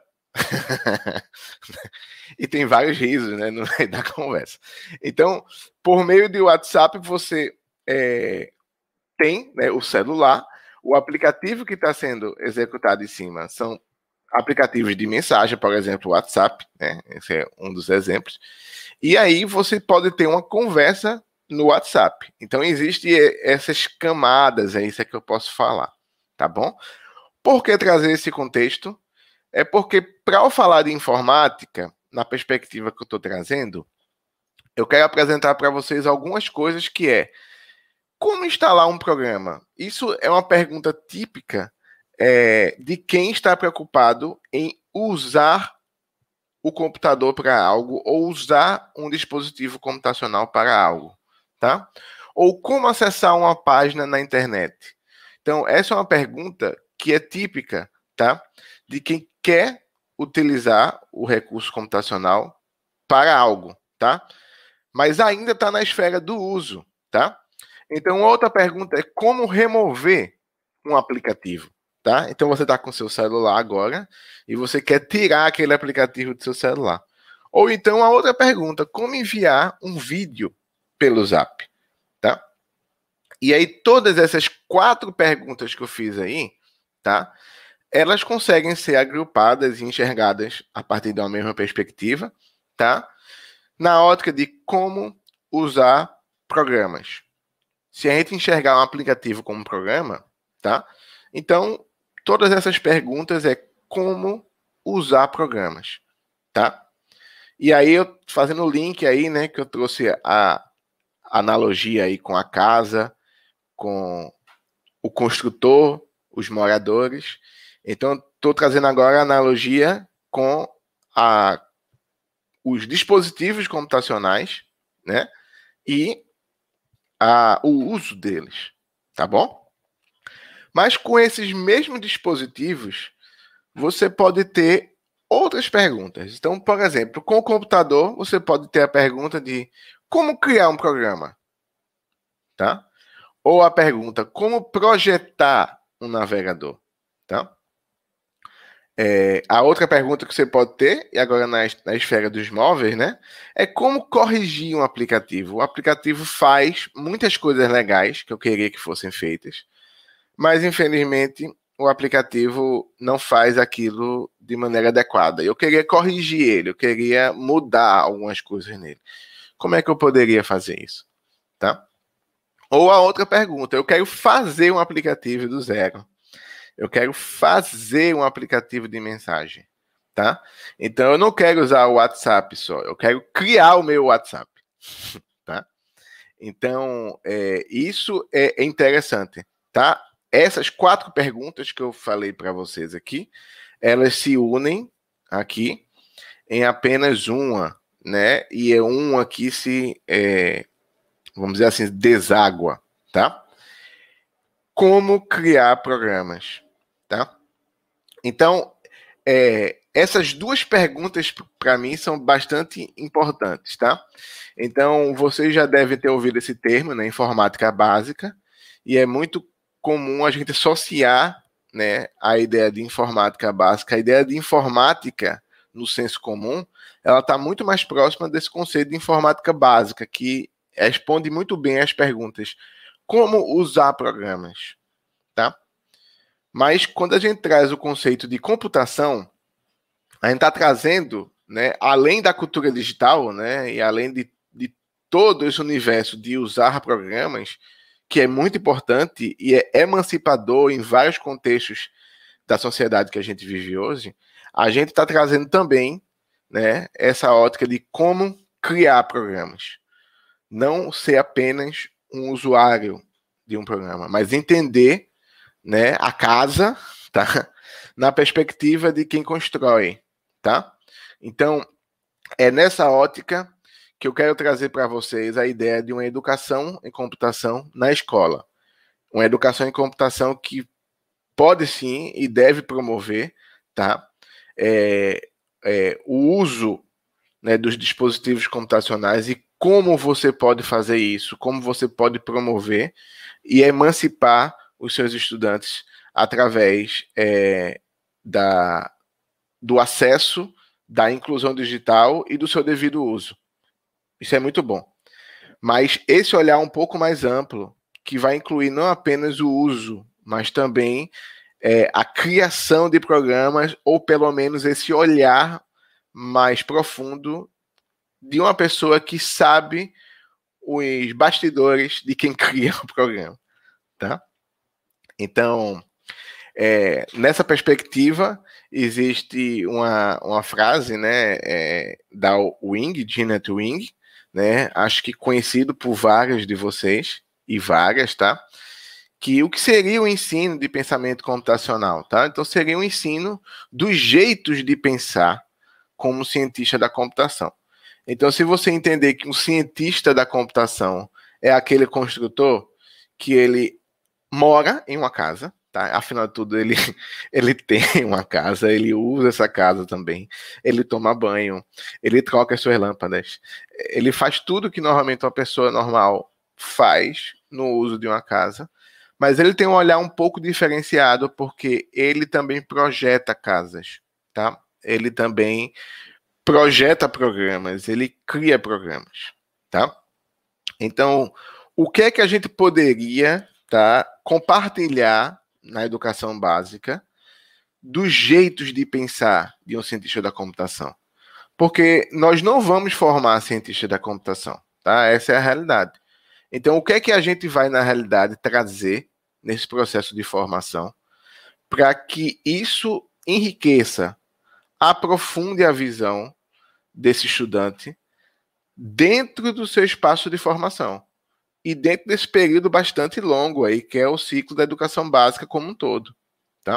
E tem vários risos, né, no meio da conversa. Então, por meio de WhatsApp, você é, tem, né, o celular, o aplicativo que está sendo executado em cima são aplicativos de mensagem, por exemplo, o WhatsApp, né, esse é um dos exemplos. E aí você pode ter uma conversa no WhatsApp. Então, existem essas camadas, é isso que eu posso falar, tá bom? Por que trazer esse contexto? É porque, para eu falar de informática, na perspectiva que eu estou trazendo, eu quero apresentar para vocês algumas coisas que é como instalar um programa. Isso é uma pergunta típica é, de quem está preocupado em usar o computador para algo ou usar um dispositivo computacional para algo, tá? Ou como acessar uma página na internet. Então, essa é uma pergunta que é típica, tá? De quem quer utilizar o recurso computacional para algo, tá? Mas ainda está na esfera do uso, tá? Então, outra pergunta é como remover um aplicativo, tá? Então, você está com seu celular agora e você quer tirar aquele aplicativo do seu celular. Ou então, a outra pergunta, como enviar um vídeo pelo Zap, tá? E aí, todas essas quatro perguntas que eu fiz aí, tá? Elas conseguem ser agrupadas e enxergadas a partir de uma mesma perspectiva, tá? Na ótica de como usar programas. Se a gente enxergar um aplicativo como programa, tá? Então, todas essas perguntas é como usar programas, tá? E aí, eu fazendo o link aí, né, que eu trouxe a analogia aí com a casa, com o construtor, os moradores. Então, estou trazendo agora a analogia com a, os dispositivos computacionais, né? E a, o uso deles, tá bom? Mas com esses mesmos dispositivos, você pode ter outras perguntas. Então, por exemplo, com o computador, você pode ter a pergunta de como criar um programa, tá? Ou a pergunta, como projetar um navegador, tá? É, a outra pergunta que você pode ter, e agora na, na esfera dos móveis, né? É como corrigir um aplicativo. O aplicativo faz muitas coisas legais que eu queria que fossem feitas, mas infelizmente o aplicativo não faz aquilo de maneira adequada. Eu queria corrigir ele, eu queria mudar algumas coisas nele. Como é que eu poderia fazer isso? Tá? Ou a outra pergunta, eu quero fazer um aplicativo do zero. Eu quero fazer um aplicativo de mensagem, tá? Então, eu não quero usar o WhatsApp só, eu quero criar o meu WhatsApp, tá? Então, é, isso é interessante, tá? Essas quatro perguntas que eu falei para vocês aqui, elas se unem aqui em apenas uma, né? E é uma que se, é, vamos dizer assim, deságua, tá? Como criar programas, tá? Então, é, essas duas perguntas para mim são bastante importantes, tá? Então, vocês já devem ter ouvido esse termo, né? Informática básica, e é muito comum a gente associar, né, a ideia de informática básica, a ideia de informática no senso comum, ela está muito mais próxima desse conceito de informática básica, que responde muito bem às perguntas como usar programas, tá? Mas quando a gente traz o conceito de computação, a gente está trazendo, né, além da cultura digital, né, e além de, de todo esse universo de usar programas, que é muito importante e é emancipador em vários contextos da sociedade que a gente vive hoje, a gente está trazendo também, né, essa ótica de como criar programas. Não ser apenas um usuário de um programa, mas entender, né, a casa, tá, na perspectiva de quem constrói, tá? Então, é nessa ótica que eu quero trazer para vocês a ideia de uma educação em computação na escola. Uma educação em computação que pode sim e deve promover, tá? É, é, o uso, né, dos dispositivos computacionais e como você pode fazer isso, como você pode promover e emancipar os seus estudantes através é, da, do acesso, da inclusão digital e do seu devido uso. Isso é muito bom. Mas esse olhar um pouco mais amplo, que vai incluir não apenas o uso, mas também é, a criação de programas, ou pelo menos esse olhar mais profundo de uma pessoa que sabe os bastidores de quem cria o programa, tá? Então, é, nessa perspectiva, existe uma, uma frase, né, é, da Wing, Janet Wing, né, acho que conhecido por vários de vocês, e várias, tá? Que o que seria o ensino de pensamento computacional, tá? Então, seria um ensino dos jeitos de pensar como cientista da computação. Então, se você entender que um cientista da computação é aquele construtor que ele mora em uma casa, tá? Afinal de tudo, ele, ele tem uma casa, ele usa essa casa também, ele toma banho, ele troca as suas lâmpadas, ele faz tudo que normalmente uma pessoa normal faz no uso de uma casa, mas ele tem um olhar um pouco diferenciado porque ele também projeta casas, tá? Ele também projeta programas, ele cria programas, tá? Então, o que é que a gente poderia, tá, compartilhar na educação básica dos jeitos de pensar de um cientista da computação? Porque nós não vamos formar cientista da computação, tá? Essa é a realidade. Então, o que é que a gente vai, na realidade, trazer nesse processo de formação para que isso enriqueça, aprofunde a visão desse estudante dentro do seu espaço de formação, e dentro desse período bastante longo aí, que é o ciclo da educação básica como um todo, tá?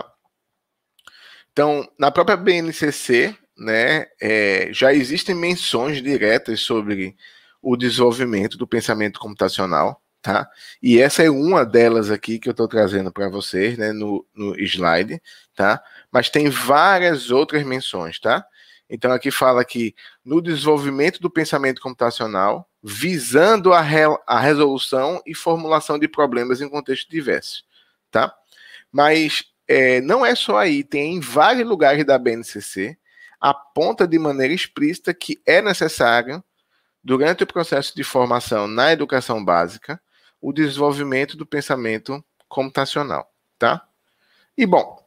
Então, na própria B N C C, né, é, já existem menções diretas sobre o desenvolvimento do pensamento computacional, tá? E essa é uma delas aqui que eu estou trazendo para vocês, né, no, no slide, tá? Mas tem várias outras menções, tá? Então aqui fala que no desenvolvimento do pensamento computacional, visando a, re, a resolução e formulação de problemas em contextos diversos, tá? Mas é, não é só aí, tem em vários lugares da B N C C, aponta de maneira explícita que é necessário, durante o processo de formação na educação básica, o desenvolvimento do pensamento computacional, tá? E, bom,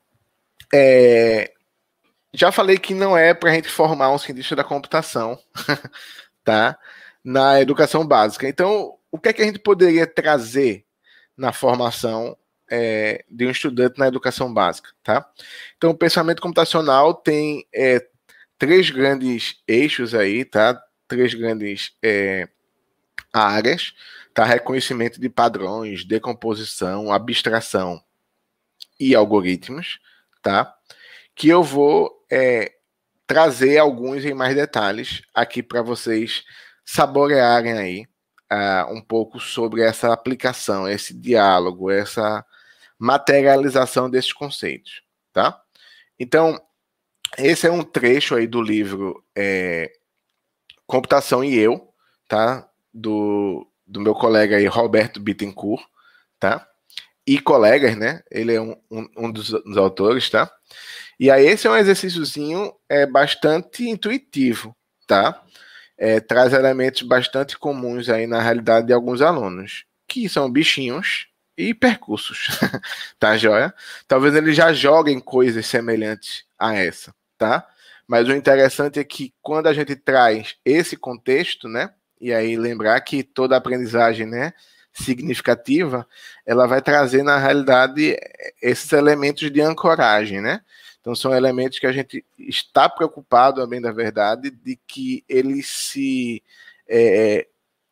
é, já falei que não é para a gente formar um cientista da computação, tá? Na educação básica. Então, o que é que a gente poderia trazer na formação é, de um estudante na educação básica, tá? Então, o pensamento computacional tem é, três grandes eixos aí, tá? Três grandes é, áreas, tá? Reconhecimento de padrões, decomposição, abstração e algoritmos, tá? Que eu vou é, trazer alguns em mais detalhes aqui para vocês saborearem aí uh, um pouco sobre essa aplicação, esse diálogo, essa materialização desses conceitos, tá? Então, esse é um trecho aí do livro é, Computação e Eu, tá? Do, do meu colega aí, Roberto Bittencourt, tá? E colegas, né? Ele é um, um, um dos, dos autores, tá? E aí esse é um exercíciozinho é, bastante intuitivo, tá? É, traz elementos bastante comuns aí na realidade de alguns alunos, que são bichinhos e percursos, tá, joia? Talvez eles já joguem coisas semelhantes a essa, tá? Mas o interessante é que quando a gente traz esse contexto, né? E aí lembrar que toda aprendizagem, né, significativa, ela vai trazer na realidade esses elementos de ancoragem, né? Então são elementos que a gente está preocupado, a bem da verdade, de que eles se é,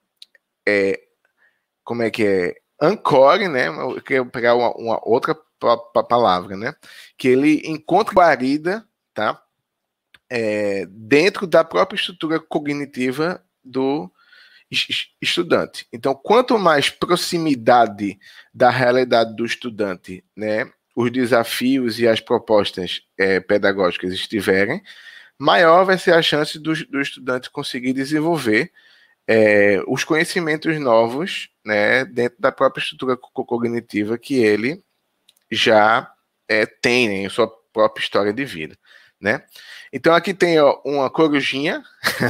é, como é que é? Ancore, né? Eu quero pegar uma, uma outra palavra, né? Que ele encontre guarida, tá? É, dentro da própria estrutura cognitiva do estudante. Então, quanto mais proximidade da realidade do estudante, né, os desafios e as propostas é, pedagógicas estiverem, maior vai ser a chance do, do estudante conseguir desenvolver é, os conhecimentos novos, né, dentro da própria estrutura cognitiva que ele já é, tem, né, em sua própria história de vida, né? Então aqui tem ó, uma corujinha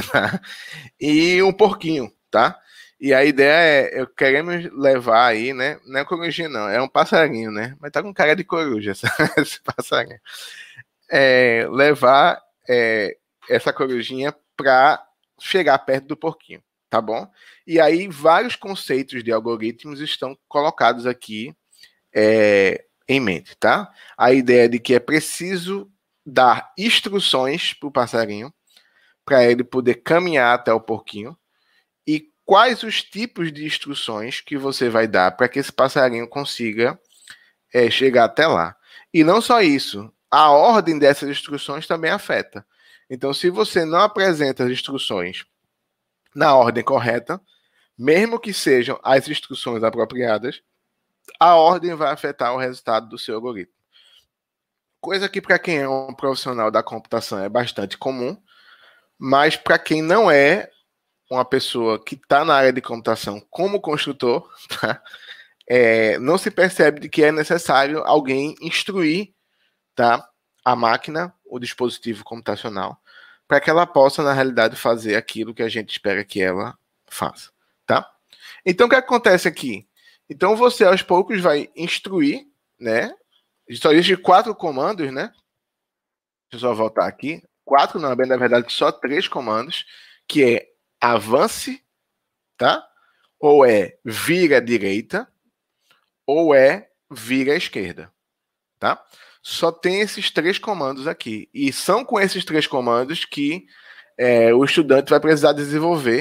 e um porquinho, tá? E a ideia é, eu queremos levar aí, né? Não é corujinha não, é um passarinho, né? Mas tá com cara de coruja esse passarinho. É, levar é, essa corujinha para chegar perto do porquinho, tá bom? E aí vários conceitos de algoritmos estão colocados aqui é, em mente, tá? A ideia de que é preciso dar instruções para o passarinho para ele poder caminhar até o porquinho e quais os tipos de instruções que você vai dar para que esse passarinho consiga é, chegar até lá. E não só isso, a ordem dessas instruções também afeta. Então, se você não apresenta as instruções na ordem correta, mesmo que sejam as instruções apropriadas, a ordem vai afetar o resultado do seu algoritmo. Coisa que para quem é um profissional da computação é bastante comum, mas para quem não é uma pessoa que está na área de computação como construtor, tá? É, não se percebe de que é necessário alguém instruir, tá, a máquina, o dispositivo computacional, para que ela possa, na realidade, fazer aquilo que a gente espera que ela faça, tá? Então, o que acontece aqui? Então, você, aos poucos, vai instruir, né? Só existe quatro comandos, né? Deixa eu só voltar aqui. Quatro, não, bem, na verdade, só três comandos, que é avance, tá? Ou é vira à direita, ou é vira à esquerda, tá? Só tem esses três comandos aqui. E são com esses três comandos que é, o estudante vai precisar desenvolver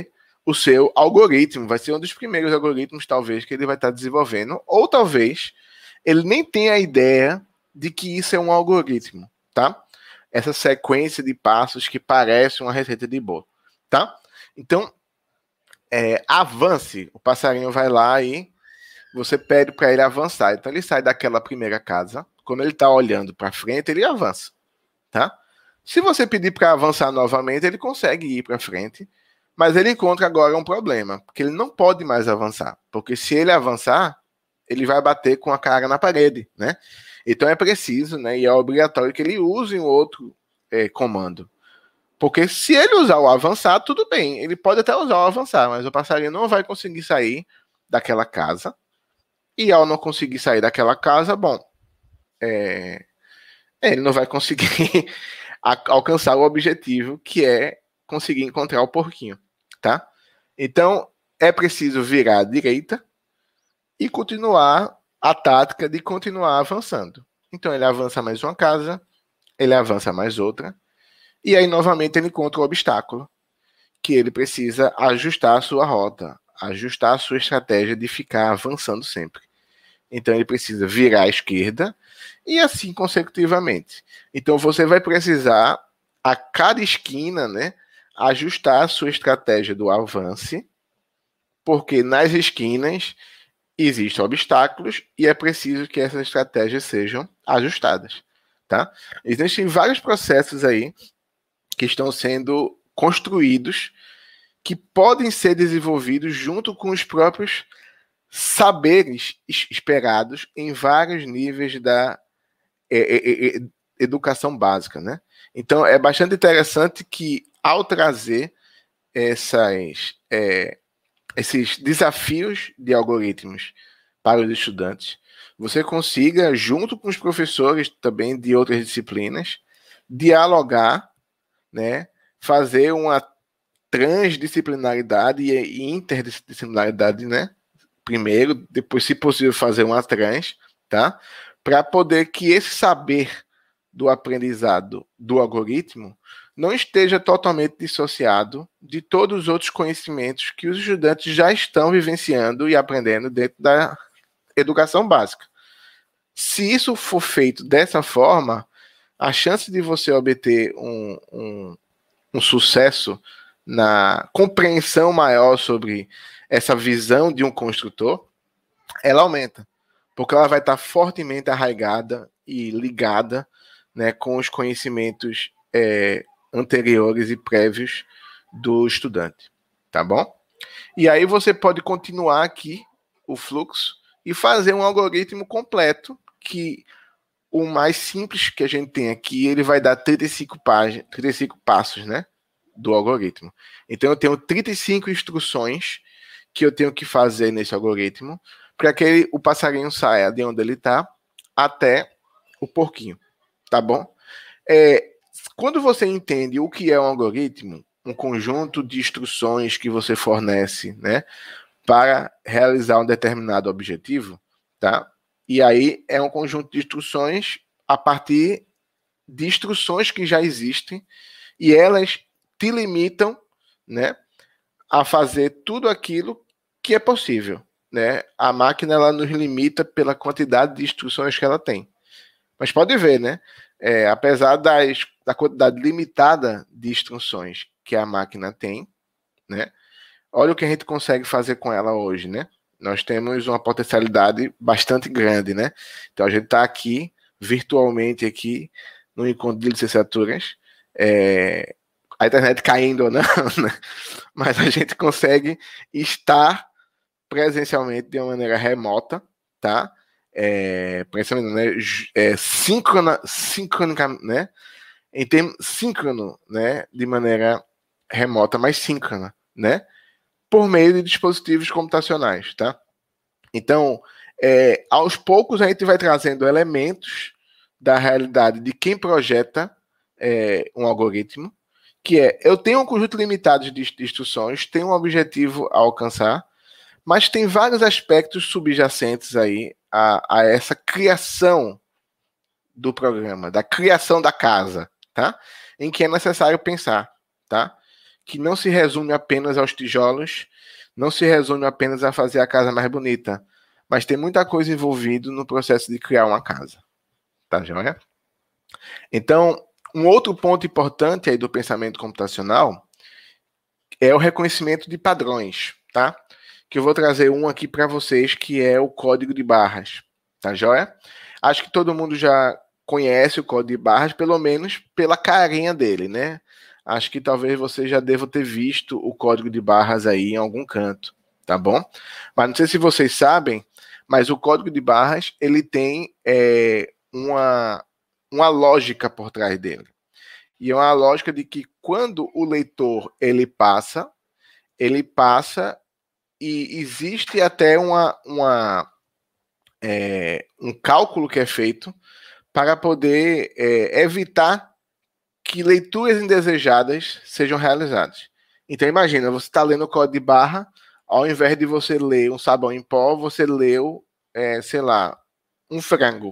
o seu algoritmo, vai ser um dos primeiros algoritmos, talvez, que ele vai estar desenvolvendo, ou talvez ele nem tenha a ideia de que isso é um algoritmo, tá? Essa sequência de passos que parece uma receita de bolo, tá? Então, é, avance, o passarinho vai lá e você pede para ele avançar. Então, ele sai daquela primeira casa, quando ele está olhando para frente, ele avança, tá? Se você pedir para avançar novamente, ele consegue ir para frente, mas ele encontra agora um problema, porque ele não pode mais avançar, porque se ele avançar, ele vai bater com a cara na parede, né? Então é preciso, né, e é obrigatório que ele use um outro é, comando. Porque se ele usar o avançar, tudo bem, ele pode até usar o avançar, mas o passarinho não vai conseguir sair daquela casa, e ao não conseguir sair daquela casa, bom, é, ele não vai conseguir alcançar o objetivo, que é conseguir encontrar o porquinho, tá? Então, é preciso virar à direita e continuar a tática de continuar avançando. Então, ele avança mais uma casa, ele avança mais outra, e aí, novamente, ele encontra o obstáculo, que ele precisa ajustar a sua rota, ajustar a sua estratégia de ficar avançando sempre. Então, ele precisa virar à esquerda, e assim consecutivamente. Então, você vai precisar, a cada esquina, né, ajustar a sua estratégia do avance, porque nas esquinas existem obstáculos e é preciso que essas estratégias sejam ajustadas, tá? Existem vários processos aí que estão sendo construídos que podem ser desenvolvidos junto com os próprios saberes esperados em vários níveis da é, é, é, educação básica, né? Então, é bastante interessante que, ao trazer essas, é, esses desafios de algoritmos para os estudantes, você consiga, junto com os professores também de outras disciplinas, dialogar, né, fazer uma transdisciplinaridade e interdisciplinaridade, né? Primeiro, depois, se possível, fazer uma trans, tá? Para poder que esse saber do aprendizado do algoritmo não esteja totalmente dissociado de todos os outros conhecimentos que os estudantes já estão vivenciando e aprendendo dentro da educação básica. Se isso for feito dessa forma, a chance de você obter um, um, um sucesso na compreensão maior sobre essa visão de um construtor, ela aumenta, porque ela vai estar fortemente arraigada e ligada, né, com os conhecimentos é, anteriores e prévios do estudante, tá bom? E aí você pode continuar aqui o fluxo e fazer um algoritmo completo, que o mais simples que a gente tem aqui, ele vai dar trinta e cinco páginas, trinta e cinco passos, né, do algoritmo. Então eu tenho trinta e cinco instruções que eu tenho que fazer nesse algoritmo para que ele, o passarinho saia de onde ele está até o porquinho, tá bom? É, quando você entende o que é um algoritmo, um conjunto de instruções que você fornece, né, para realizar um determinado objetivo, tá? E aí é um conjunto de instruções a partir de instruções que já existem e elas te limitam, né, a fazer tudo aquilo que é possível, né? A máquina, ela nos limita pela quantidade de instruções que ela tem. Mas pode ver, né? É, apesar das, da quantidade limitada de instruções que a máquina tem, né? Olha o que a gente consegue fazer com ela hoje, né? Nós temos uma potencialidade bastante grande, né? Então a gente está aqui, virtualmente aqui, no encontro de licenciaturas, é, a internet caindo ou não, né? Mas a gente consegue estar presencialmente de uma maneira remota, tá? É, presencialmente, né? É, síncrona, síncronica, né? Em termos síncrono, né? De maneira remota, mas síncrona, né? Por meio de dispositivos computacionais, tá? Então, é, aos poucos a gente vai trazendo elementos da realidade de quem projeta é, um algoritmo, que é, eu tenho um conjunto limitado de instruções, tenho um objetivo a alcançar, mas tem vários aspectos subjacentes aí a, a essa criação do programa, da criação da casa, tá? Em que é necessário pensar, tá? que não se resume apenas aos tijolos, não se resume apenas a fazer a casa mais bonita, mas tem muita coisa envolvida no processo de criar uma casa. Tá, joia? Então, um outro ponto importante aí do pensamento computacional é o reconhecimento de padrões, tá? Que eu vou trazer um aqui para vocês, que é o código de barras, tá joia? Acho que todo mundo já conhece o código de barras, pelo menos pela carinha dele, né? Acho que talvez você já deva ter visto o código de barras aí em algum canto, tá bom? Mas não sei se vocês sabem, mas o código de barras, ele tem é, uma, uma lógica por trás dele. E é uma lógica de que quando o leitor ele passa, ele passa e existe até uma, uma, é, um cálculo que é feito para poder é, evitar que leituras indesejadas sejam realizadas. Então imagina, você está lendo o código de barra, ao invés de você ler um sabão em pó, você leu, é, sei lá, um frango.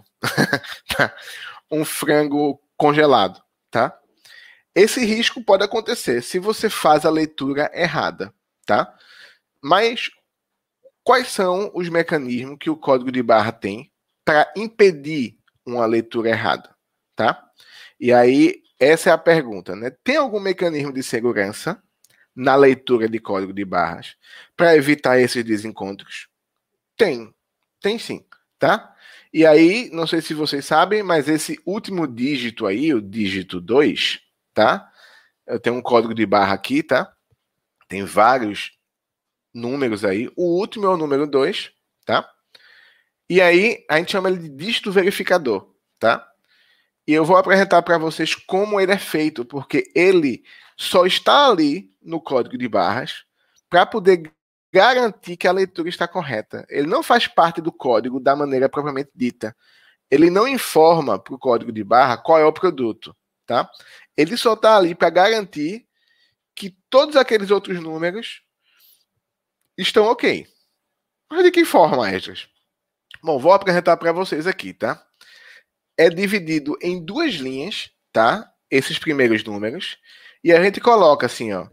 um frango congelado, tá? Esse risco pode acontecer se você faz a leitura errada, tá? Mas quais são os mecanismos que o código de barra tem para impedir uma leitura errada, tá? E aí, essa é a pergunta, né? Tem algum mecanismo de segurança na leitura de código de barras para evitar esses desencontros? Tem, tem sim, tá? E aí, não sei se vocês sabem, mas esse último dígito aí, o dígito dois, tá? Eu tenho um código de barra aqui, tá? Tem vários números aí. O último é o número dois, tá? E aí, a gente chama ele de dígito verificador, tá? E eu vou apresentar para vocês como ele é feito, porque ele só está ali no código de barras para poder garantir que a leitura está correta. Ele não faz parte do código da maneira propriamente dita. Ele não informa para o código de barra qual é o produto, tá? Ele só está ali para garantir que todos aqueles outros números estão ok. Mas de que forma, Esdras? Bom, vou apresentar para vocês aqui, tá? É dividido em duas linhas, tá? Esses primeiros números. E a gente coloca assim, ó.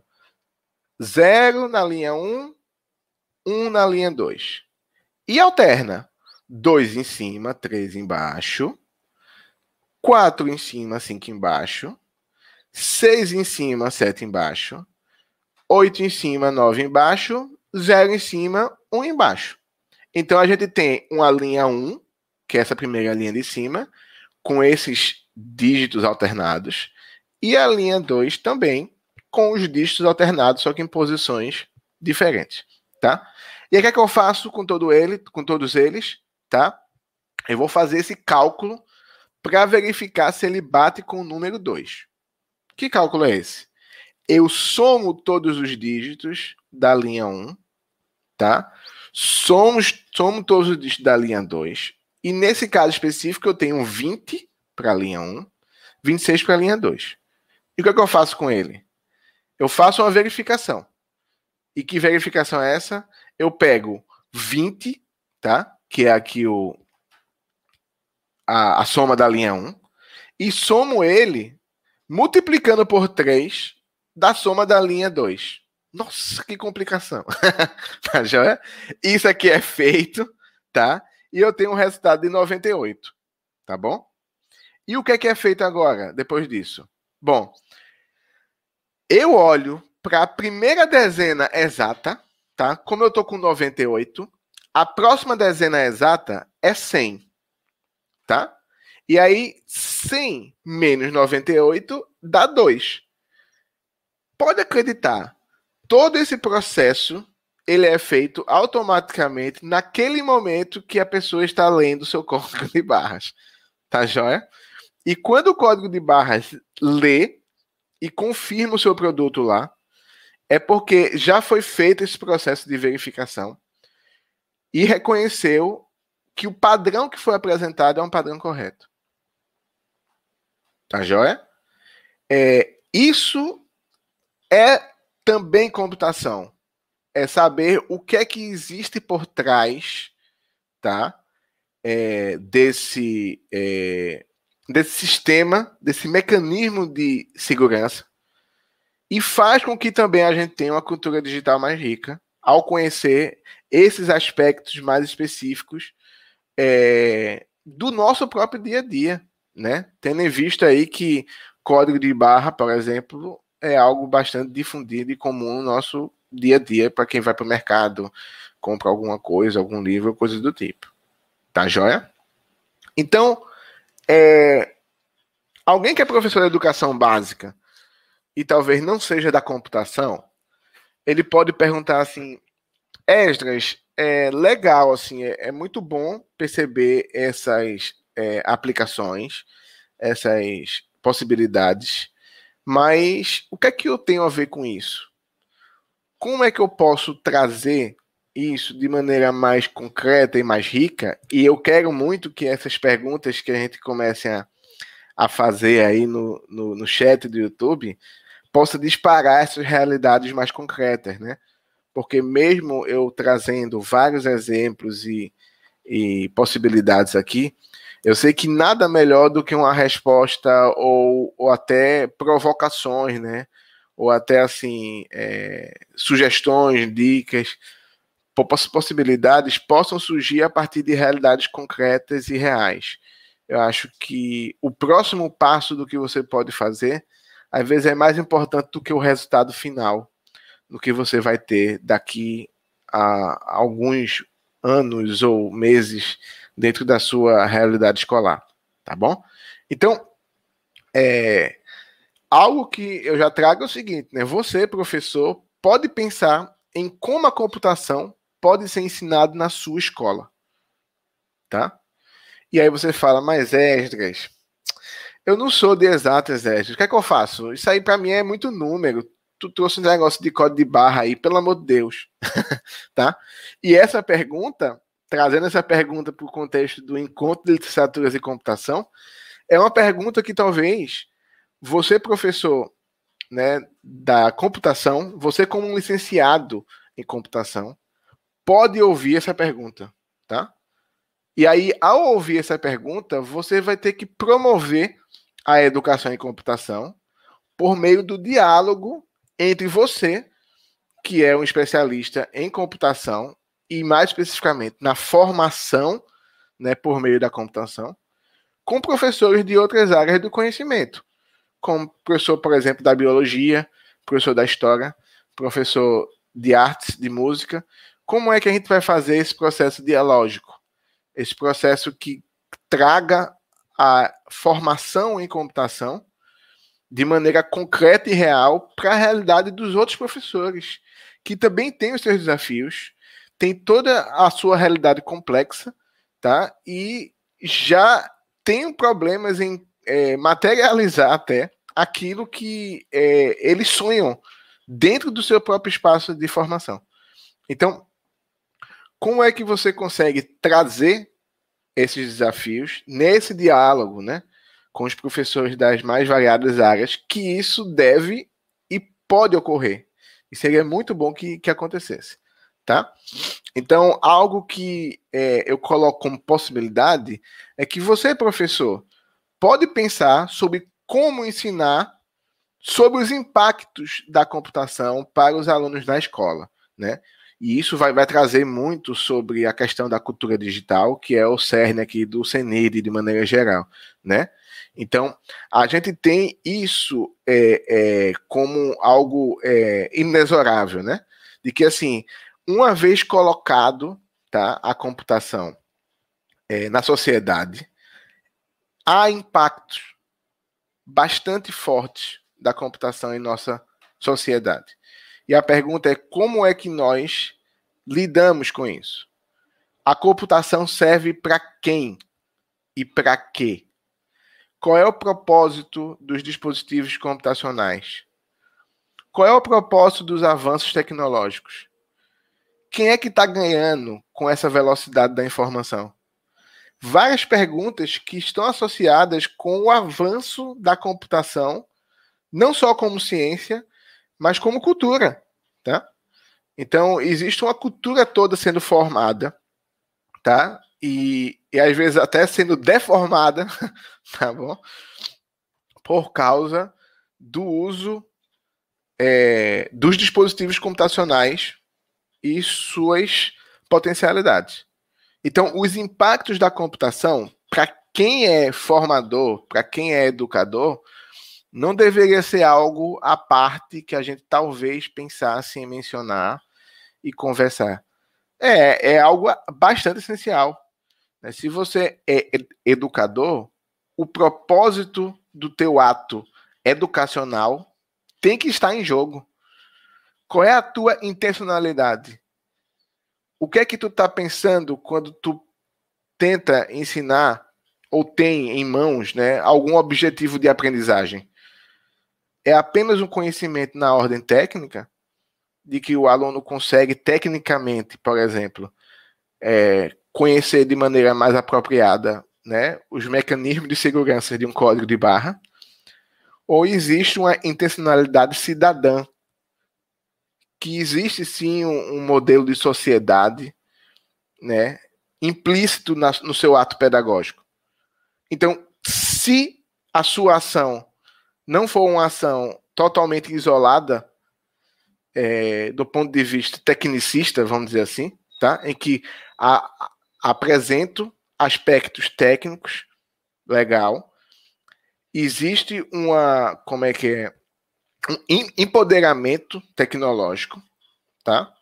zero na linha um, um na linha dois. E alterna. dois em cima, três embaixo. quatro em cima, cinco embaixo. seis em cima, sete embaixo. oito em cima, nove embaixo. zero em cima, um embaixo. Então, a gente tem uma linha um, que é essa primeira linha de cima, com esses dígitos alternados. E a linha dois também, com os dígitos alternados, só que em posições diferentes, tá? E aí, o que é que eu faço com, todo ele, com todos eles, tá? Eu vou fazer esse cálculo para verificar se ele bate com o número dois. Que cálculo é esse? Eu somo todos os dígitos da linha um, tá? Somo, somo todos os dígitos da linha dois. E nesse caso específico, eu tenho vinte para a linha um, vinte e seis para a linha dois. E o que é que eu faço com ele? Eu faço uma verificação. E que verificação é essa? Eu pego vinte, tá? Que é aqui o, a, a soma da linha um, e somo ele multiplicando por três da soma da linha dois. Nossa, que complicação. Tá, joia? Isso aqui é feito, tá? E eu tenho um resultado de noventa e oito, tá bom? E o que é que é feito agora, depois disso? Bom, eu olho para a primeira dezena exata, tá? Como eu estou com noventa e oito, a próxima dezena exata é cem, tá? E aí, cem menos noventa e oito dá dois. Pode acreditar, todo esse processo ele é feito automaticamente naquele momento que a pessoa está lendo o seu código de barras. Tá joia? E quando o código de barras lê e confirma o seu produto lá, é porque já foi feito esse processo de verificação e reconheceu que o padrão que foi apresentado é um padrão correto. Tá joia? É, isso é também computação. É saber o que é que existe por trás, tá? É, desse, é, desse sistema, desse mecanismo de segurança. e faz com que também a gente tenha uma cultura digital mais rica, ao conhecer esses aspectos mais específicos é, do nosso próprio dia a dia, né? Tendo em vista aí que código de barra, por exemplo, é algo bastante difundido e comum no nosso dia a dia para quem vai para o mercado, compra alguma coisa, algum livro, coisas do tipo. Tá joia? Então, é, alguém que é professor de educação básica e talvez não seja da computação, ele pode perguntar assim, Esdras, é legal, assim, é, é muito bom perceber essas é, aplicações, essas possibilidades, mas o que é que eu tenho a ver com isso? Como é que eu posso trazer isso de maneira mais concreta e mais rica? E eu quero muito que essas perguntas que a gente comece a, a fazer aí no, no, no chat do YouTube possa disparar essas realidades mais concretas, né? Porque mesmo eu trazendo vários exemplos e, e possibilidades aqui, eu sei que nada melhor do que uma resposta ou, ou até provocações, né? Ou até assim é, sugestões, dicas, possibilidades possam surgir a partir de realidades concretas e reais. Eu acho que o próximo passo do que você pode fazer, às vezes é mais importante do que o resultado final, do que você vai ter daqui a alguns anos ou meses dentro da sua realidade escolar, tá bom? Então, é, algo que eu já trago é o seguinte, né? Você, professor, pode pensar em como a computação pode ser ensinado na sua escola, tá? E aí você fala, mas Esdras, eu não sou de exatas, Esdras, o que é que eu faço? Isso aí para mim é muito número. Tu trouxe um negócio de código de barra aí, pelo amor de Deus, tá? E essa pergunta, trazendo essa pergunta para o contexto do encontro de literaturas e computação, é uma pergunta que talvez você, professor, né, da computação, você como um licenciado em computação, pode ouvir essa pergunta, tá? E aí, ao ouvir essa pergunta, você vai ter que promover a educação em computação por meio do diálogo entre você, que é um especialista em computação, e mais especificamente na formação, né, por meio da computação, com professores de outras áreas do conhecimento, como professor, por exemplo, da biologia, professor da história, professor de artes, de música. Como é que a gente vai fazer esse processo dialógico? Esse processo que traga a formação em computação de maneira concreta e real para a realidade dos outros professores, que também têm os seus desafios, tem toda a sua realidade complexa, tá? E já tem problemas em é, materializar até aquilo que é, eles sonham dentro do seu próprio espaço de formação. Então, como é que você consegue trazer esses desafios nesse diálogo, né, com os professores das mais variadas áreas, que isso deve e pode ocorrer. E seria muito bom que, que acontecesse, tá? Então, algo que é, eu coloco como possibilidade é que você, professor, pode pensar sobre como ensinar sobre os impactos da computação para os alunos na escola, né? E isso vai, vai trazer muito sobre a questão da cultura digital, que é o cerne aqui do CENID de maneira geral, né? Então, a gente tem isso é, é, como algo é, inexorável, né? De que, assim, uma vez colocado, tá, a computação é, na sociedade, há impactos bastante fortes da computação em nossa sociedade. E a pergunta é como é que nós lidamos com isso? A computação serve para quem e para quê? Qual é o propósito dos dispositivos computacionais? Qual é o propósito dos avanços tecnológicos? Quem é que está ganhando com essa velocidade da informação? Várias perguntas que estão associadas com o avanço da computação, não só como ciência, mas como cultura, tá? Então, existe uma cultura toda sendo formada, tá? E, e às vezes até sendo deformada, tá bom? Por causa do uso é, dos dispositivos computacionais e suas potencialidades. Então, os impactos da computação, para quem é formador, para quem é educador, não deveria ser algo à parte que a gente talvez pensasse em mencionar e conversar. É, é algo bastante essencial. Né? Se você é educador, o propósito do teu ato educacional tem que estar em jogo. Qual é a tua intencionalidade? O que é que tu está pensando quando tu tenta ensinar ou tem em mãos, né, algum objetivo de aprendizagem? É apenas um conhecimento na ordem técnica, de que o aluno consegue tecnicamente, por exemplo, é, conhecer de maneira mais apropriada, né, os mecanismos de segurança de um código de barra, ou existe uma intencionalidade cidadã, que existe sim um, um modelo de sociedade, né, implícito na, no seu ato pedagógico. Então, se a sua ação não for uma ação totalmente isolada, é, do ponto de vista tecnicista, vamos dizer assim, tá? Em que a, a, apresento aspectos técnicos, legal, existe uma, como é que é, um empoderamento tecnológico, tá?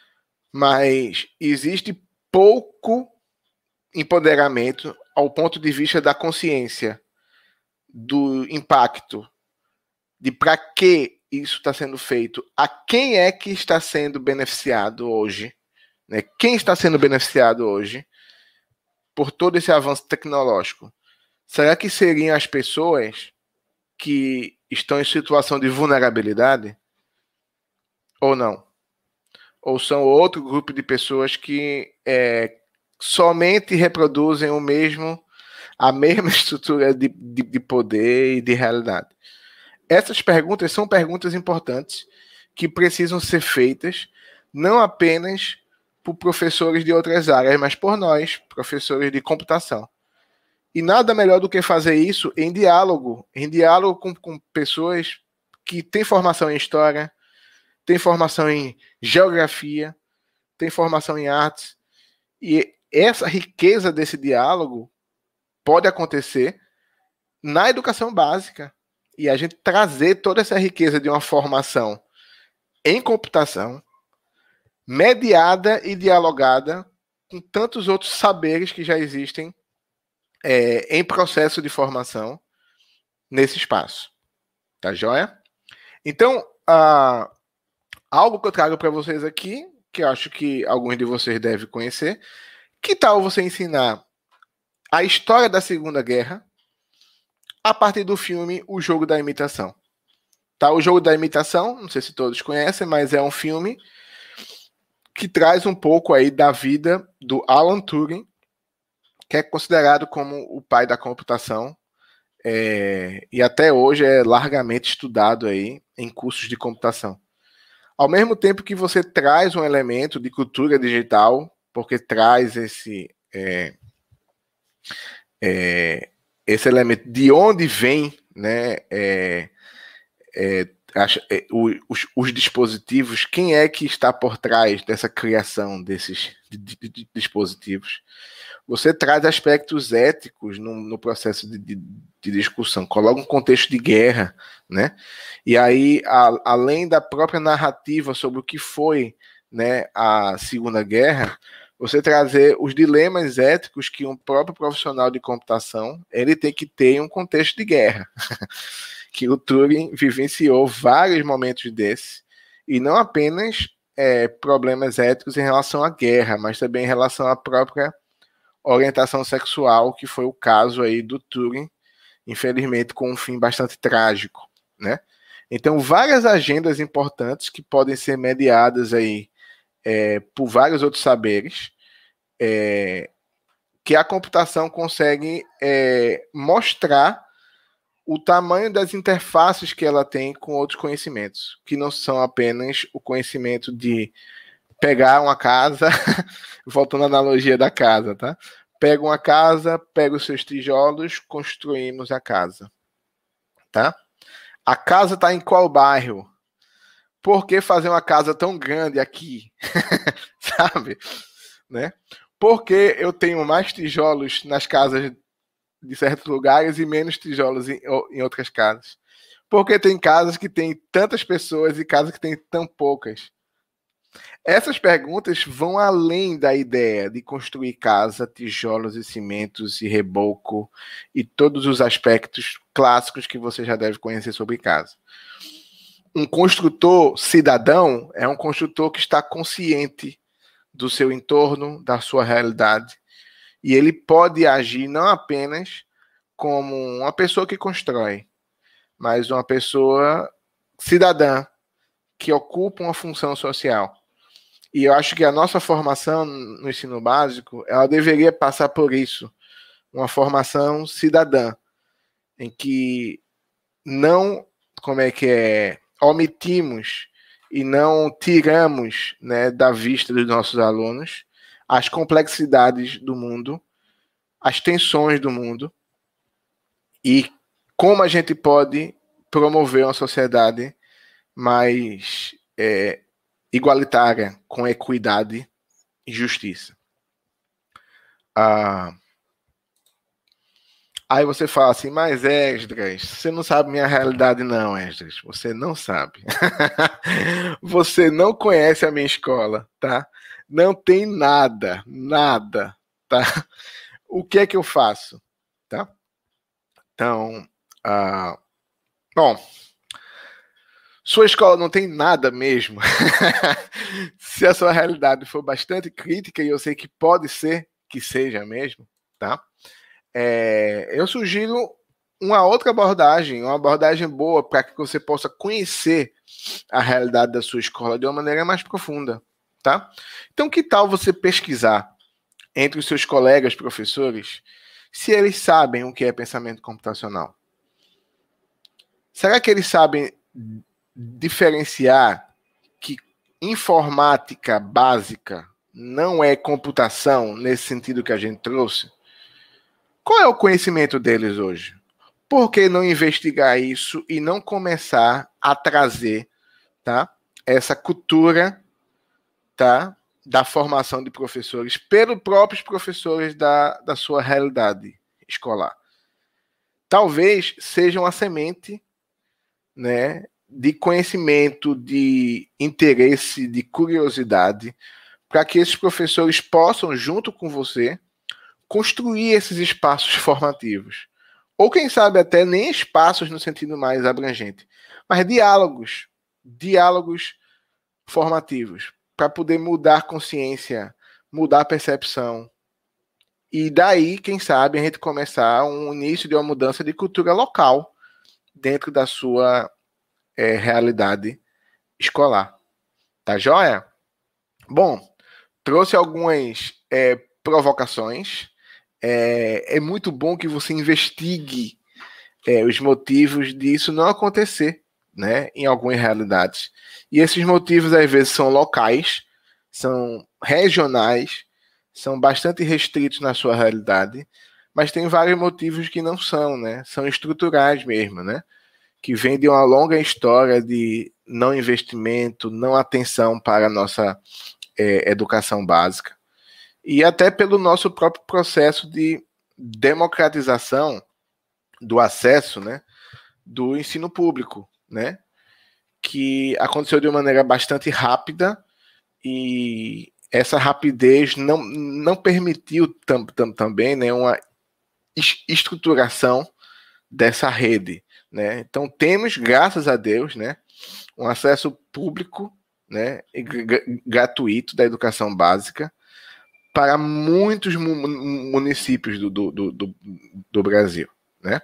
Mas existe pouco empoderamento ao ponto de vista da consciência, do impacto, de para que isso está sendo feito, a quem é que está sendo beneficiado hoje, né? Quem está sendo beneficiado hoje por todo esse avanço tecnológico? Será que seriam as pessoas que estão em situação de vulnerabilidade? Ou não? Ou são outro grupo de pessoas que é, somente reproduzem o mesmo, a mesma estrutura de, de, de poder e de realidade? Essas perguntas são perguntas importantes que precisam ser feitas não apenas por professores de outras áreas, mas por nós, professores de computação. E nada melhor do que fazer isso em diálogo, em diálogo com, com pessoas que têm formação em história, têm formação em geografia, têm formação em artes. E essa riqueza desse diálogo pode acontecer na educação básica. E a gente trazer toda essa riqueza de uma formação em computação, mediada e dialogada com tantos outros saberes que já existem é, em processo de formação nesse espaço. Tá joia? Então, ah, algo que eu trago para vocês aqui, que eu acho que alguns de vocês devem conhecer, que tal você ensinar a história da Segunda Guerra a partir do filme O Jogo da Imitação. Tá? O Jogo da Imitação, não sei se todos conhecem, mas é um filme que traz um pouco aí da vida do Alan Turing, que é considerado como o pai da computação, é, e até hoje é largamente estudado aí em cursos de computação. Ao mesmo tempo que você traz um elemento de cultura digital, porque traz esse... É, é, esse elemento de onde vem, né, é, é, é, os, os dispositivos, quem é que está por trás dessa criação desses de, de, de dispositivos. Você traz aspectos éticos no, no processo de, de, de discussão, coloca um contexto de guerra, né? E aí, a, além da própria narrativa sobre o que foi, né, a Segunda Guerra, você trazer os dilemas éticos que um próprio profissional de computação ele tem que ter em um contexto de guerra. Que o Turing vivenciou vários momentos desses, e não apenas é, problemas éticos em relação à guerra, mas também em relação à própria orientação sexual, que foi o caso aí do Turing, infelizmente com um fim bastante trágico, né? Então, várias agendas importantes que podem ser mediadas aí É, por vários outros saberes, é, que a computação consegue é, mostrar o tamanho das interfaces que ela tem com outros conhecimentos, que não são apenas o conhecimento de pegar uma casa, voltando à analogia da casa, tá? Pega uma casa, pega os seus tijolos, construímos a casa, tá? A casa está em qual bairro? por que fazer uma casa tão grande aqui? Sabe? Né? Por que eu tenho mais tijolos nas casas de certos lugares e menos tijolos em, em outras casas? Por que tem casas que tem tantas pessoas e casas que tem tão poucas? Essas perguntas vão além da ideia de construir casa, tijolos e cimentos e reboco e todos os aspectos clássicos que você já deve conhecer sobre casa. Um construtor cidadão é um construtor que está consciente do seu entorno, da sua realidade, e ele pode agir não apenas como uma pessoa que constrói, mas uma pessoa cidadã que ocupa uma função social. E eu acho que a nossa formação no ensino básico, ela deveria passar por isso, uma formação cidadã, em que não, como é que é, omitimos e não tiramos, né, da vista dos nossos alunos as complexidades do mundo, as tensões do mundo e como a gente pode promover uma sociedade mais é, igualitária, com equidade e justiça. Ah, aí você fala assim, mas Esdras, você não sabe minha realidade não, Esdras. Você não sabe. Você não conhece a minha escola, tá? Não tem nada, nada, tá? O que é que eu faço, tá? Então, ah, bom, sua escola não tem nada mesmo. Se a sua realidade for bastante crítica, e eu sei que pode ser que seja mesmo, tá? É, eu sugiro uma outra abordagem, uma abordagem boa para que você possa conhecer a realidade da sua escola de uma maneira mais profunda, tá? Então, que tal você pesquisar entre os seus colegas professores se eles sabem o que é pensamento computacional? Será que eles sabem diferenciar que informática básica não é computação nesse sentido que a gente trouxe? Qual é o conhecimento deles hoje? Por que não investigar isso e não começar a trazer, tá, essa cultura, tá, da formação de professores pelos próprios professores da, da sua realidade escolar? Talvez seja uma semente, né, de conhecimento, de interesse, de curiosidade, para que esses professores possam, junto com você, construir esses espaços formativos. Ou, quem sabe, até nem espaços no sentido mais abrangente, mas diálogos, diálogos formativos, para poder mudar a consciência, mudar a percepção. E daí, quem sabe, a gente começar um início de uma mudança de cultura local dentro da sua é, realidade escolar. Tá joia? Bom, trouxe algumas é, provocações. É, é muito bom que você investigue é, os motivos disso não acontecer, né, em algumas realidades. E esses motivos, às vezes, são locais, são regionais, são bastante restritos na sua realidade, mas tem vários motivos que não são, né, são estruturais mesmo, né, que vem de uma longa história de não investimento, não atenção para a nossa é, educação básica. E até pelo nosso próprio processo de democratização do acesso, né, do ensino público, né, que aconteceu de uma maneira bastante rápida e essa rapidez não, não permitiu tam, tam, também, né, uma estruturação dessa rede, né. Então temos, graças a Deus, né, um acesso público, né, e gratuito da educação básica para muitos municípios do, do, do, do Brasil, né?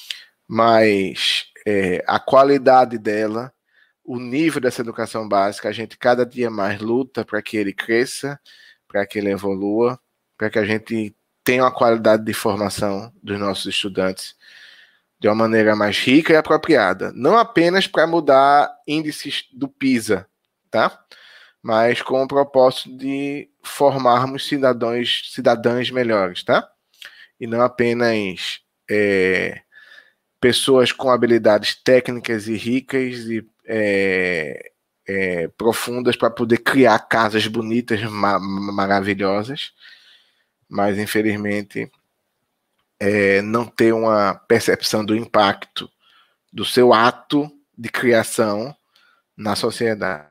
Mas é, a qualidade dela, o nível dessa educação básica, a gente cada dia mais luta para que ele cresça, para que ele evolua, para que a gente tenha uma qualidade de formação dos nossos estudantes de uma maneira mais rica e apropriada. Não apenas para mudar índices do PISA, tá? Mas com o propósito de formarmos cidadãos, cidadãs melhores, tá? E não apenas é, pessoas com habilidades técnicas e ricas e, é, é, profundas para poder criar casas bonitas, ma maravilhosas, mas infelizmente é, não ter uma percepção do impacto do seu ato de criação na sociedade.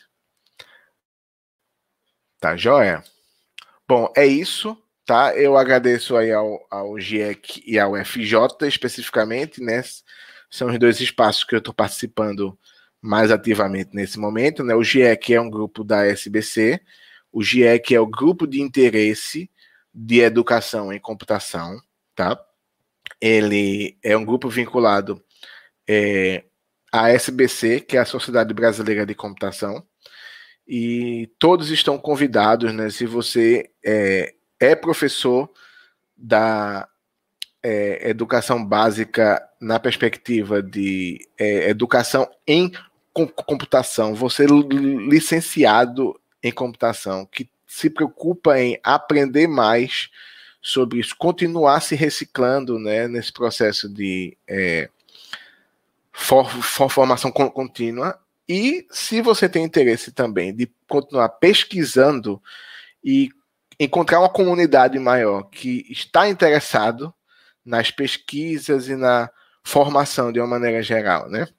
Tá joia? Bom, é isso, tá? Eu agradeço aí ao, ao GIEC e ao F J especificamente, né? São os dois espaços que eu estou participando mais ativamente nesse momento, né? O GIEC é um grupo da S B C, o GIEC é o Grupo de Interesse de Educação em Computação, tá? Ele é um grupo vinculado é, à S B C, que é a Sociedade Brasileira de Computação, e todos estão convidados, né? Se você é, é professor da é, educação básica na perspectiva de é, educação em computação, você licenciado em computação, que se preocupa em aprender mais sobre isso, continuar se reciclando, né, nesse processo de é, for, for, formação contínua. E se você tem interesse também de continuar pesquisando e encontrar uma comunidade maior que está interessado nas pesquisas e na formação de uma maneira geral, né,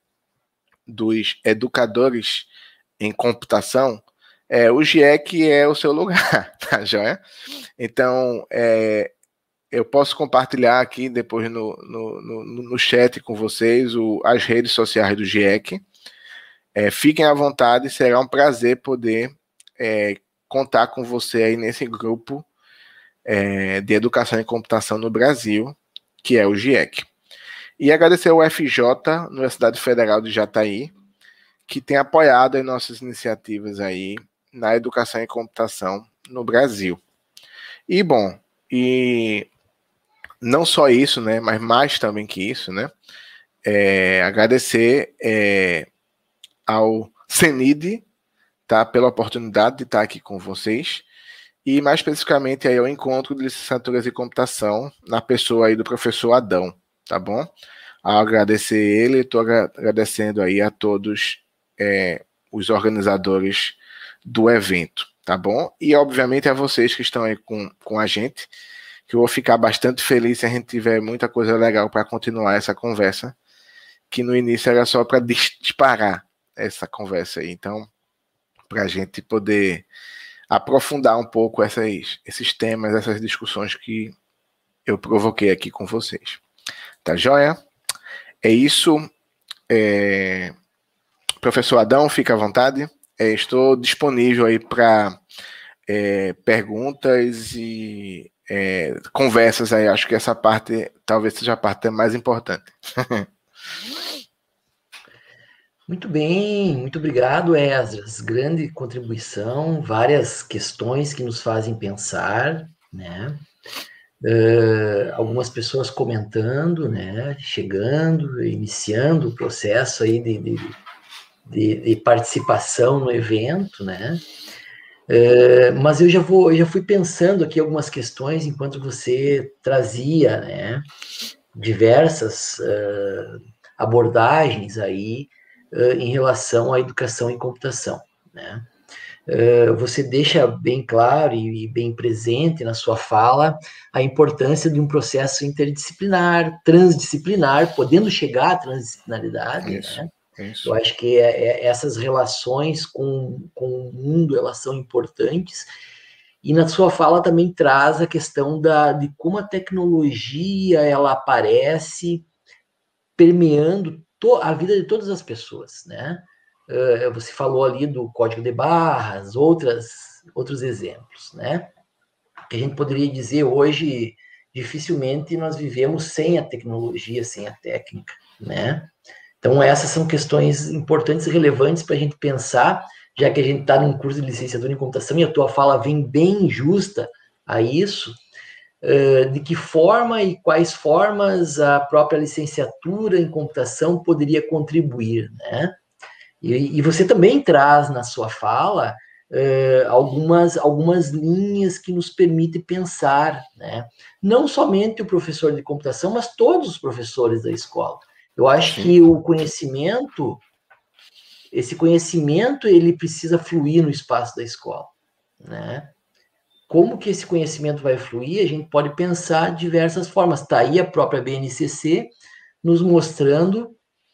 dos educadores em computação, é, o GIEC é o seu lugar, tá joia? Então, é, eu posso compartilhar aqui depois no, no, no, no chat com vocês o, as redes sociais do GIEC. É, fiquem à vontade, será um prazer poder é, contar com você aí nesse grupo é, de educação e computação no Brasil, que é o GIEC. E agradecer ao F J, Universidade Federal de Jataí, que tem apoiado as nossas iniciativas aí na educação e computação no Brasil. E, bom, e não só isso, né, mas mais também que isso, né, é, agradecer é, ao CENID, tá, pela oportunidade de estar aqui com vocês, e mais especificamente aí ao encontro de licenciaturas em computação, na pessoa aí do professor Adão, tá bom? Ao agradecer ele, estou agradecendo aí a todos é, os organizadores do evento, tá bom? E obviamente a vocês que estão aí com, com a gente, que eu vou ficar bastante feliz se a gente tiver muita coisa legal para continuar essa conversa, que no início era só para disparar essa conversa aí, então, para a gente poder aprofundar um pouco essas, esses temas, essas discussões que eu provoquei aqui com vocês. Tá joia? É isso. É... Professor Adão, fica à vontade. É, estou disponível aí para é, perguntas e é, conversas aí. Acho que essa parte talvez seja a parte mais importante. Muito bem, muito obrigado, Esdras. Grande contribuição, várias questões que nos fazem pensar, né? Uh, algumas pessoas comentando, né? Chegando, iniciando o processo aí de, de, de, de participação no evento, né? Uh, mas eu já vou, eu já fui pensando aqui algumas questões enquanto você trazia, né? Diversas uh, abordagens aí Uh, em relação à educação em computação, né? Uh, você deixa bem claro e, e bem presente na sua fala a importância de um processo interdisciplinar, transdisciplinar, podendo chegar à transdisciplinaridade, isso, né? Isso. Eu acho que é, é, essas relações com, com o mundo, elas são importantes, e na sua fala também traz a questão da, de como a tecnologia, ela aparece permeando a vida de todas as pessoas, né? Uh, você falou ali do código de barras, outras, outros exemplos, né? Que a gente poderia dizer hoje, dificilmente nós vivemos sem a tecnologia, sem a técnica, né? Então essas são questões importantes e relevantes para a gente pensar, já que a gente está num curso de licenciatura em computação e a tua fala vem bem justa a isso. Uh, de que forma e quais formas a própria licenciatura em computação poderia contribuir, né? E, e você também traz na sua fala uh, algumas, algumas linhas que nos permitem pensar, né? Não somente o professor de computação, mas todos os professores da escola. Eu acho Sim. que o conhecimento esse conhecimento ele precisa fluir no espaço da escola, né? Como que esse conhecimento vai fluir? A gente pode pensar de diversas formas. Está aí a própria B N C C nos mostrando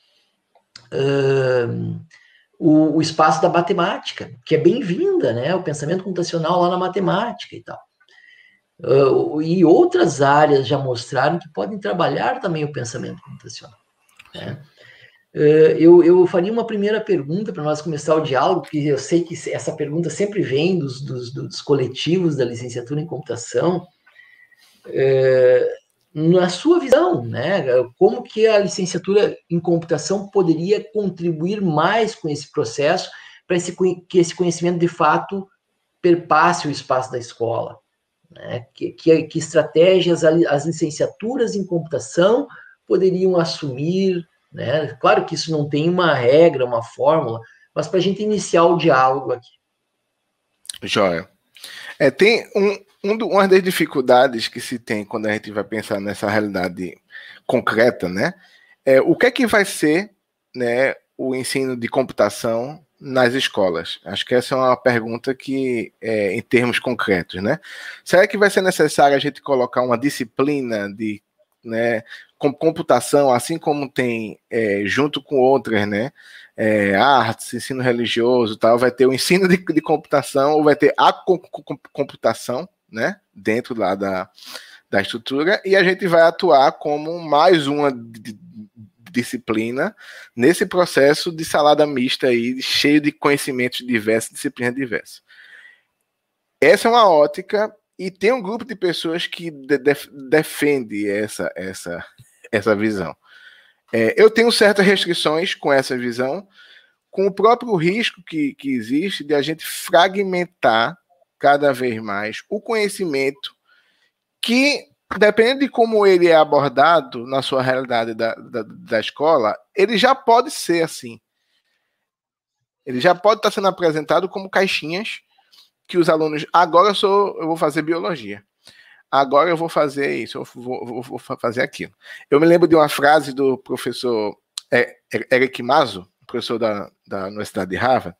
uh, o, o espaço da matemática, que é bem-vinda, né? O pensamento computacional lá na matemática e tal. Uh, e outras áreas já mostraram que podem trabalhar também o pensamento computacional, né? Uh, eu, eu faria uma primeira pergunta para nós começar o diálogo, porque eu sei que essa pergunta sempre vem dos, dos, dos coletivos da licenciatura em computação. Uh, na sua visão, né, como que a licenciatura em computação poderia contribuir mais com esse processo para esse, que esse conhecimento de fato perpasse o espaço da escola? Né? Que, que, que estratégias as licenciaturas em computação poderiam assumir, né? Claro que isso não tem uma regra, uma fórmula, mas para a gente iniciar o diálogo aqui. Joia. É, tem um, um, uma das dificuldades que se tem quando a gente vai pensar nessa realidade concreta, né? É, o que é que vai ser, né, o ensino de computação nas escolas? Acho que essa é uma pergunta que, é, em termos concretos, né? Será que vai ser necessário a gente colocar uma disciplina de, né, computação, assim como tem é, junto com outras, né? É, artes, ensino religioso, tal, vai ter o ensino de, de computação ou vai ter a co co computação, né? Dentro lá da, da estrutura, e a gente vai atuar como mais uma disciplina nesse processo de salada mista aí, cheio de conhecimentos diversos, disciplinas diversas. Essa é uma ótica, e tem um grupo de pessoas que de def defende essa, essa, essa visão. É, eu tenho certas restrições com essa visão, com o próprio risco que, que existe de a gente fragmentar cada vez mais o conhecimento que, dependendo de como ele é abordado na sua realidade da, da, da escola, ele já pode ser assim. Ele já pode estar sendo apresentado como caixinhas que os alunos... Agora eu, sou, eu vou fazer biologia. Agora eu vou fazer isso, eu vou, vou, vou fazer aquilo. Eu me lembro de uma frase do professor Eric Mazo, professor da, da Universidade de Harvard,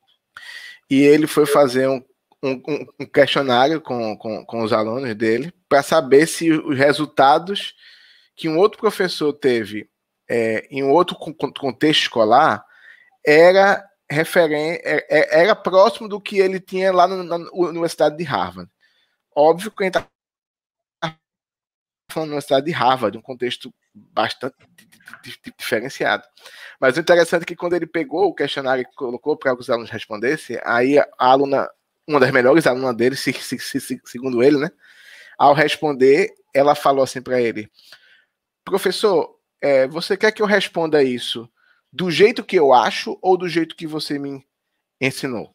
e ele foi fazer um, um, um questionário com, com, com os alunos dele para saber se os resultados que um outro professor teve é, em um outro contexto escolar era, referen era próximo do que ele tinha lá no, na Universidade de Harvard. Óbvio que a gente está falando da Universidade de Harvard, um contexto bastante diferenciado. Mas o interessante é que quando ele pegou o questionário e colocou para os alunos respondessem, aí a aluna, uma das melhores alunas dele, se, se, se, segundo ele, né, ao responder, ela falou assim para ele: professor, é, você quer que eu responda isso do jeito que eu acho ou do jeito que você me ensinou?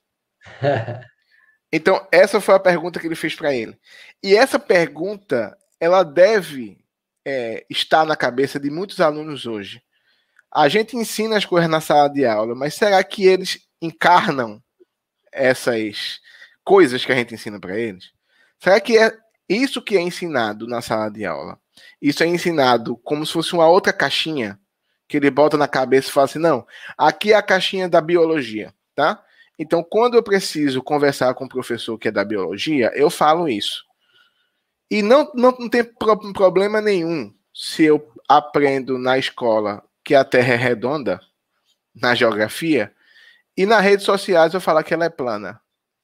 Então, essa foi a pergunta que ele fez para ele. E essa pergunta, ela deve é, estar na cabeça de muitos alunos hoje. A gente ensina as coisas na sala de aula, mas será que eles encarnam essas coisas que a gente ensina para eles? Será que é isso que é ensinado na sala de aula? Isso é ensinado como se fosse uma outra caixinha que ele bota na cabeça e fala assim: não, aqui é a caixinha da biologia, tá? Então, quando eu preciso conversar com o professor que é da biologia, eu falo isso. E não, não, não tem pro, problema nenhum se eu aprendo na escola que a Terra é redonda, na geografia, e nas redes sociais eu falar que ela é plana.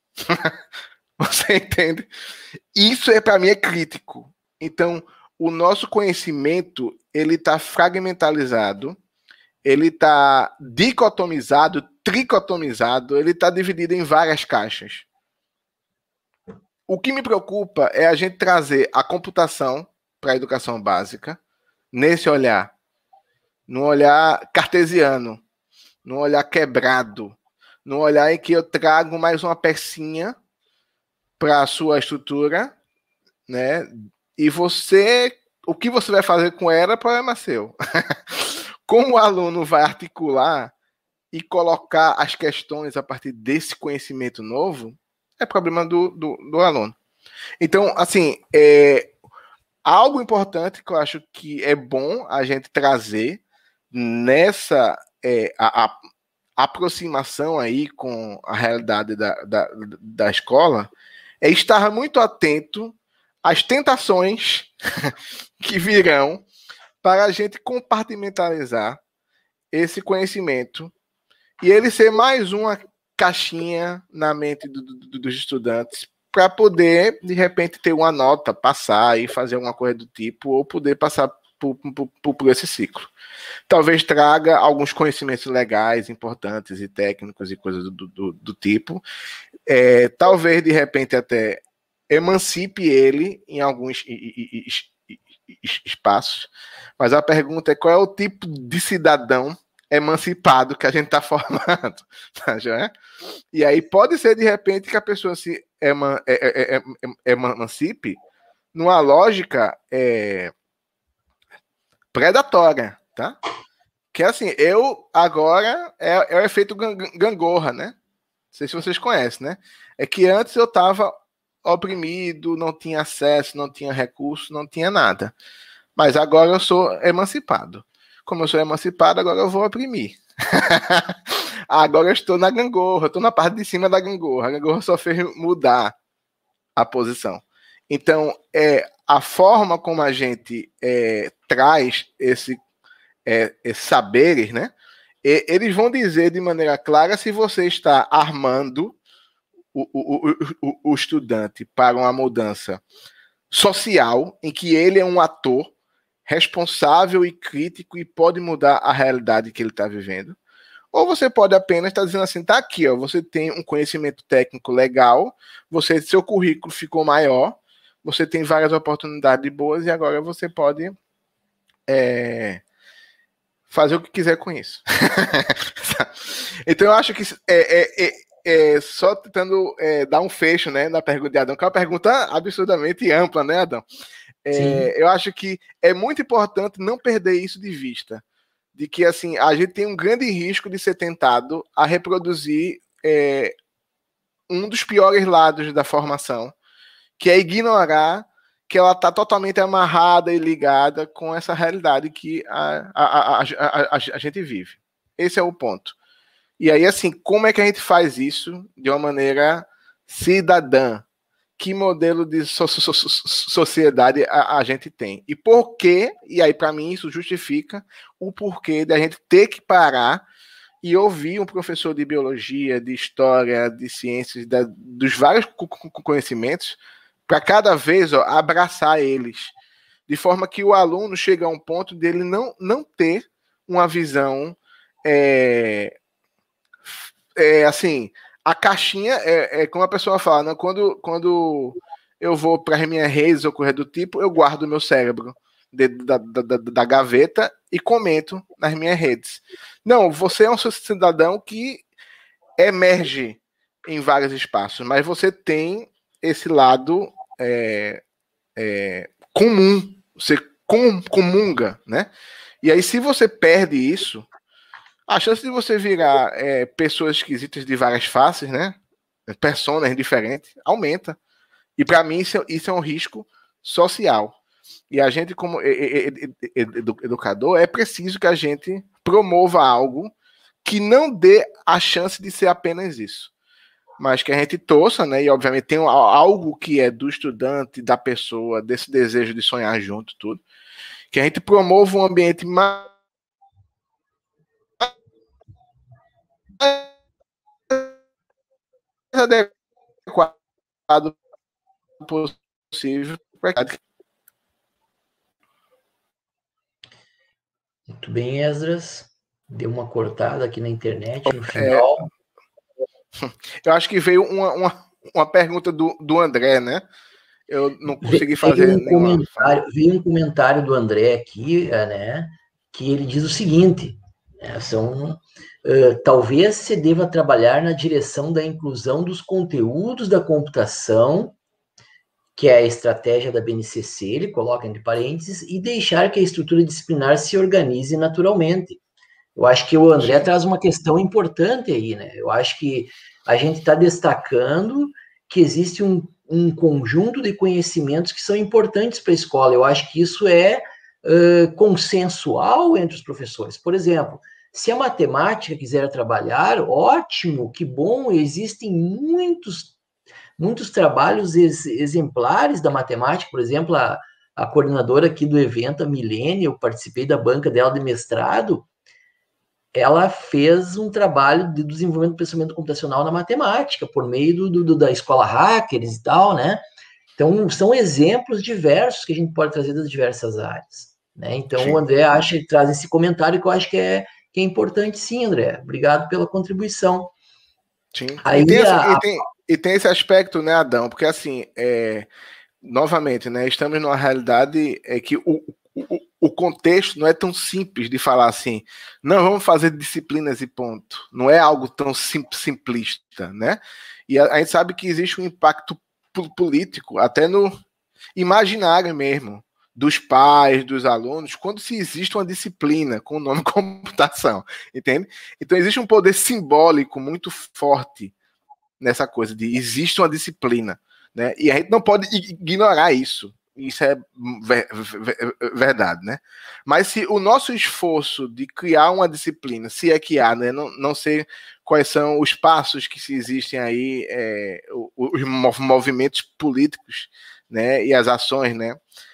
Você entende? Isso, é, para mim, é crítico. Então, o nosso conhecimento, ele está fragmentalizado, ele está dicotomizado, tricotomizado, ele está dividido em várias caixas. O que me preocupa é a gente trazer a computação para a educação básica, nesse olhar, num olhar cartesiano, num olhar quebrado, num olhar em que eu trago mais uma pecinha para a sua estrutura, né? E você, o que você vai fazer com ela é problema seu. Como o aluno vai articular e colocar as questões a partir desse conhecimento novo, é problema do, do, do aluno. Então, assim, é, algo importante que eu acho que é bom a gente trazer nessa, é, a, a, aproximação aí com a realidade da, da, da escola é estar muito atento às tentações que virão para a gente compartimentalizar esse conhecimento e ele ser mais uma caixinha na mente do, do, dos estudantes para poder, de repente, ter uma nota, passar e fazer alguma coisa do tipo, ou poder passar por, por, por esse ciclo. Talvez traga alguns conhecimentos legais, importantes e técnicos e coisas do, do, do tipo. É, talvez, de repente, até emancipe ele em alguns espaços. Mas a pergunta é qual é o tipo de cidadão emancipado que a gente está formando. Tá, já é? E aí pode ser, de repente, que a pessoa se eman é, é, é, é, emancipe numa lógica é, predatória, tá? Que assim, eu agora é, é o efeito gangorra, né? Não sei se vocês conhecem, né? É que antes eu estava oprimido, não tinha acesso, não tinha recurso, não tinha nada. Mas agora eu sou emancipado. Como eu sou emancipado, agora eu vou oprimir. Agora eu estou na gangorra, estou na parte de cima da gangorra. A gangorra só fez mudar a posição. Então, é, a forma como a gente é, traz esse, é, esses saberes, né? E, eles vão dizer de maneira clara se você está armando o, o, o, o estudante para uma mudança social, em que ele é um ator responsável e crítico e pode mudar a realidade que ele está vivendo. Ou você pode apenas estar dizendo assim, tá aqui, ó, você tem um conhecimento técnico legal, você, seu currículo ficou maior, você tem várias oportunidades boas e agora você pode é, fazer o que quiser com isso. Então eu acho que é, é, é, é só tentando é, dar um fecho, né, na pergunta de Adão, que é uma pergunta absurdamente ampla, né, Adão? É, eu acho que é muito importante não perder isso de vista, de que assim a gente tem um grande risco de ser tentado a reproduzir é, um dos piores lados da formação, que é ignorar que ela está totalmente amarrada e ligada com essa realidade que a, a, a, a, a, a gente vive. Esse é o ponto. E aí, assim, como é que a gente faz isso de uma maneira cidadã? Que modelo de so so sociedade a, a gente tem? E por quê? E aí, para mim, isso justifica o porquê de a gente ter que parar e ouvir um professor de biologia, de história, de ciências, da, dos vários conhecimentos, para cada vez ó, abraçar eles, de forma que o aluno chega a um ponto dele não, não ter uma visão é, é, assim... A caixinha é, é como a pessoa fala, né? quando, quando eu vou para as minhas redes ou coisa do tipo, eu guardo o meu cérebro dentro da, da, da, da gaveta e comento nas minhas redes. Não, você é um cidadão que emerge em vários espaços, mas você tem esse lado é, é, comum, você com, comunga, né? E aí, se você perde isso, a chance de você virar é, pessoas esquisitas de várias faces, né? Personas diferentes, aumenta. E para mim isso, isso é um risco social. E a gente, como educador, é preciso que a gente promova algo que não dê a chance de ser apenas isso. Mas que a gente torça, né? E obviamente tem algo que é do estudante, da pessoa, desse desejo de sonhar junto, tudo. Que a gente promova um ambiente mais adequado possível. Muito bem, Esdras. Deu uma cortada aqui na internet no final. É, eu acho que veio uma, uma, uma pergunta do, do André, né? Eu não consegui fazer veio um nenhuma... comentário, veio um comentário do André aqui, né? Que ele diz o seguinte: né, são Uh, talvez se deva trabalhar na direção da inclusão dos conteúdos da computação, que é a estratégia da B N C C, ele coloca entre parênteses, e deixar que a estrutura disciplinar se organize naturalmente. Eu acho que o André traz uma questão importante aí, né? Eu acho que a gente está destacando que existe um, um conjunto de conhecimentos que são importantes para a escola. Eu acho que isso é uh, consensual entre os professores. Por exemplo, Se a matemática quiser trabalhar, ótimo, que bom, existem muitos, muitos trabalhos ex exemplares da matemática, por exemplo, a, a coordenadora aqui do evento, a Milene, eu participei da banca dela de mestrado, ela fez um trabalho de desenvolvimento do pensamento computacional na matemática, por meio do, do, da escola Hackers e tal, né? Então, são exemplos diversos que a gente pode trazer das diversas áreas, né? Então, sim. O André acha, ele traz esse comentário que eu acho que é, que é importante, sim, André. Obrigado pela contribuição. Sim. Aí, e, tem esse, a... e, tem, e tem esse aspecto, né, Adão? Porque, assim, é, novamente, né, estamos numa realidade é que o, o, o contexto não é tão simples de falar assim, não, vamos fazer disciplinas e ponto. Não é algo tão sim, simplista, né? E a, a gente sabe que existe um impacto político, até no imaginário mesmo, dos pais, dos alunos, quando se existe uma disciplina com o nome computação, entende? Então existe um poder simbólico muito forte nessa coisa de existe uma disciplina, né? E a gente não pode ignorar isso. Isso é ver, ver, verdade, né? Mas se o nosso esforço de criar uma disciplina, se é que há, né? Não, não sei quais são os passos que se existem aí, é, os movimentos políticos, né? E as ações, né?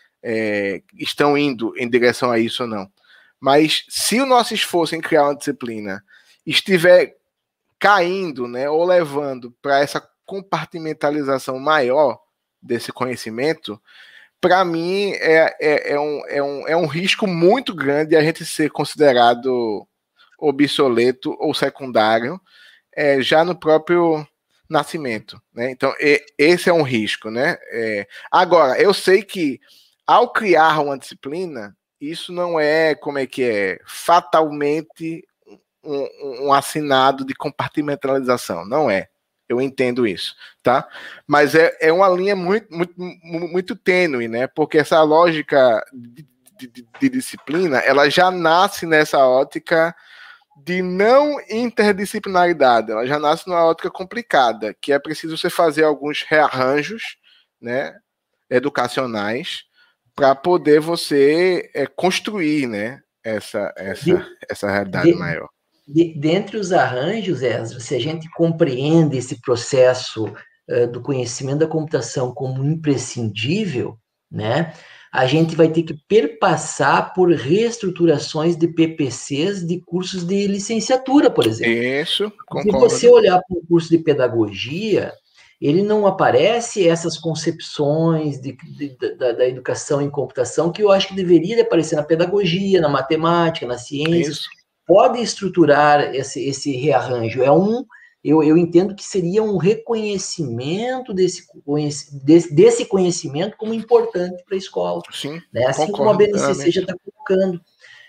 É, estão indo em direção a isso ou não. Mas se o nosso esforço em criar uma disciplina estiver caindo, né? Ou levando para essa compartimentalização maior desse conhecimento, para mim é, é, é, um, é, um, é um risco muito grande a gente ser considerado obsoleto ou secundário é, já no próprio nascimento, né? Então é, esse é um risco, né? É, agora, eu sei que ao criar uma disciplina, isso não é, como é que é, fatalmente um, um assinado de compartimentalização, não é. Eu entendo isso, tá? Mas é, é uma linha muito, muito, muito tênue, né? Porque essa lógica de, de, de disciplina, ela já nasce nessa ótica de não interdisciplinaridade, ela já nasce numa ótica complicada, que é preciso você fazer alguns rearranjos, né, educacionais, para poder você é, construir, né, essa, essa, de, essa realidade de, maior. De, dentre os arranjos, Ezra, se a gente compreende esse processo uh, do conhecimento da computação como imprescindível, né, a gente vai ter que perpassar por reestruturações de P P Cs de cursos de licenciatura, por exemplo. Isso, concordo. Se você olhar para o curso de pedagogia, ele não aparece essas concepções de, de, da, da educação em computação que eu acho que deveria aparecer na pedagogia, na matemática, nas ciências. Isso. Pode estruturar esse, esse rearranjo. É um, eu, eu entendo que seria um reconhecimento desse, desse, desse conhecimento como importante para a escola. Sim, né? Assim como a B N C C já está colocando.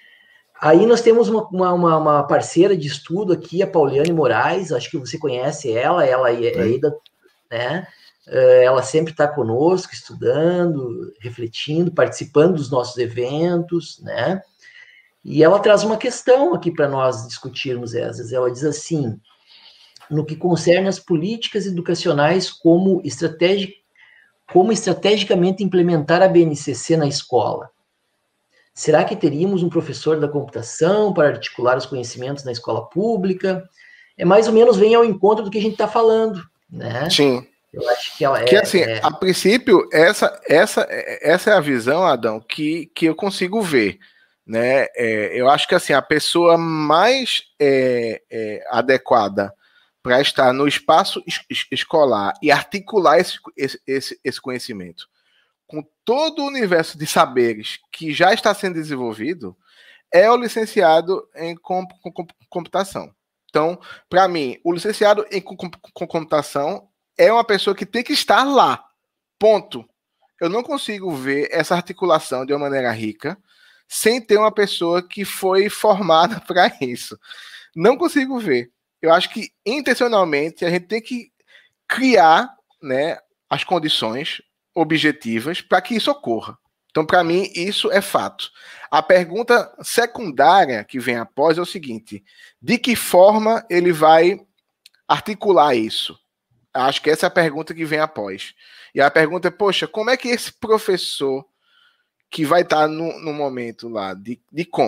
Aí nós temos uma, uma, uma parceira de estudo aqui, a Pauliane Moraes, acho que você conhece ela, ela é, é aí da, né? Ela sempre está conosco, estudando, refletindo, participando dos nossos eventos, né? E ela traz uma questão aqui para nós discutirmos essas. Ela diz assim, no que concerne as políticas educacionais como, estrategi como estrategicamente implementar a B N C C na escola. Será que teríamos um professor da computação para articular os conhecimentos na escola pública? É mais ou menos vem ao encontro do que a gente está falando, né? Sim. Eu acho que ela é... Que assim, é... a princípio, essa, essa, essa é a visão, Adão, que, que eu consigo ver. Né? É, eu acho que assim, a pessoa mais é, é, adequada para estar no espaço es escolar e articular esse, esse, esse conhecimento com todo o universo de saberes que já está sendo desenvolvido é o licenciado em comp comp computação. Então, para mim, o licenciado em comp computação é uma pessoa que tem que estar lá. Ponto. Eu não consigo ver essa articulação de uma maneira rica sem ter uma pessoa que foi formada para isso. Não consigo ver. Eu acho que, intencionalmente, a gente tem que criar, né, as condições objetivas para que isso ocorra. Então, para mim, isso é fato. A pergunta secundária que vem após é o seguinte: de que forma ele vai articular isso? Acho que essa é a pergunta que vem após. E a pergunta é, poxa, como é que esse professor que vai estar no, no momento lá, de, de como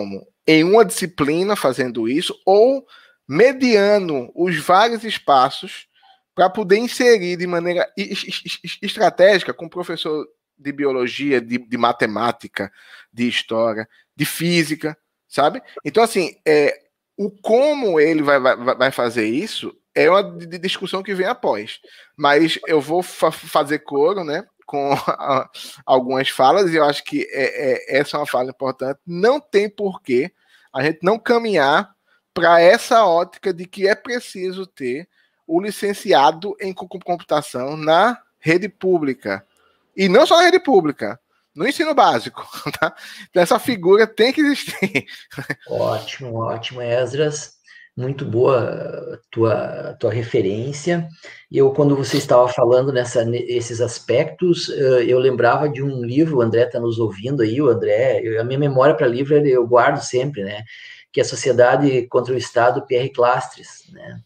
em uma disciplina fazendo isso, ou mediando os vários espaços para poder inserir de maneira estratégica com o professor de biologia, de, de matemática, de história, de física, sabe? Então, assim, é, o como ele vai, vai, vai fazer isso é uma discussão que vem após. Mas eu vou fa fazer coro, né, com a, algumas falas, e eu acho que é, é, essa é uma fala importante. Não tem porquê a gente não caminhar para essa ótica de que é preciso ter o licenciado em computação na rede pública. E não só na rede pública, no ensino básico. Tá? Então, essa figura tem que existir. Ótimo, ótimo, Esdras. Muito boa a tua, tua referência. Eu, quando você estava falando nessa, nesses aspectos, eu lembrava de um livro, o André está nos ouvindo aí, o André, eu, a minha memória para livro eu guardo sempre, né? Que é a Sociedade contra o Estado, Pierre Clastres, né?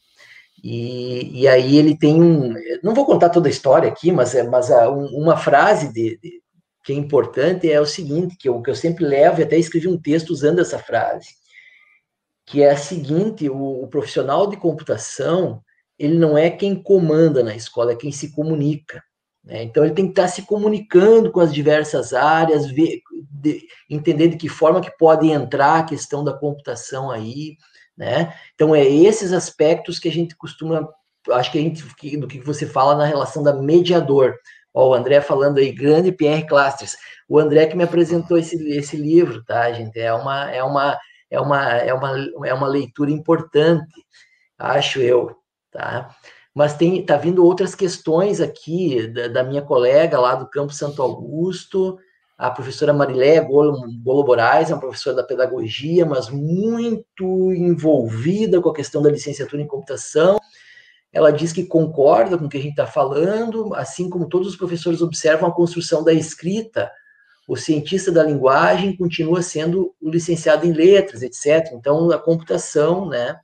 E, e aí ele tem um... Não vou contar toda a história aqui, mas, mas a, um, uma frase de, de, que é importante é o seguinte, que eu, que eu sempre levo, e até escrevi um texto usando essa frase, que é a seguinte: o, o profissional de computação, ele não é quem comanda na escola, é quem se comunica. Né? Então, ele tem que estar se comunicando com as diversas áreas, ver, de, entender de que forma que pode entrar a questão da computação aí, né? Então, é esses aspectos que a gente costuma, acho que a gente, do que você fala na relação da mediador. Ó, o André falando aí, grande Pierre Clastres. O André que me apresentou esse, esse livro, tá, gente? É uma, é uma, é uma, é uma, é uma leitura importante, acho eu, tá? Mas tem, tá vindo outras questões aqui da, da minha colega lá do Campo Santo Augusto, a professora Mariléia Golo, Golo Moraes, é uma professora da pedagogia, mas muito envolvida com a questão da licenciatura em computação. Ela diz que concorda com o que a gente está falando, assim como todos os professores observam a construção da escrita, o cientista da linguagem continua sendo o licenciado em letras, etcétera. Então, a computação, né,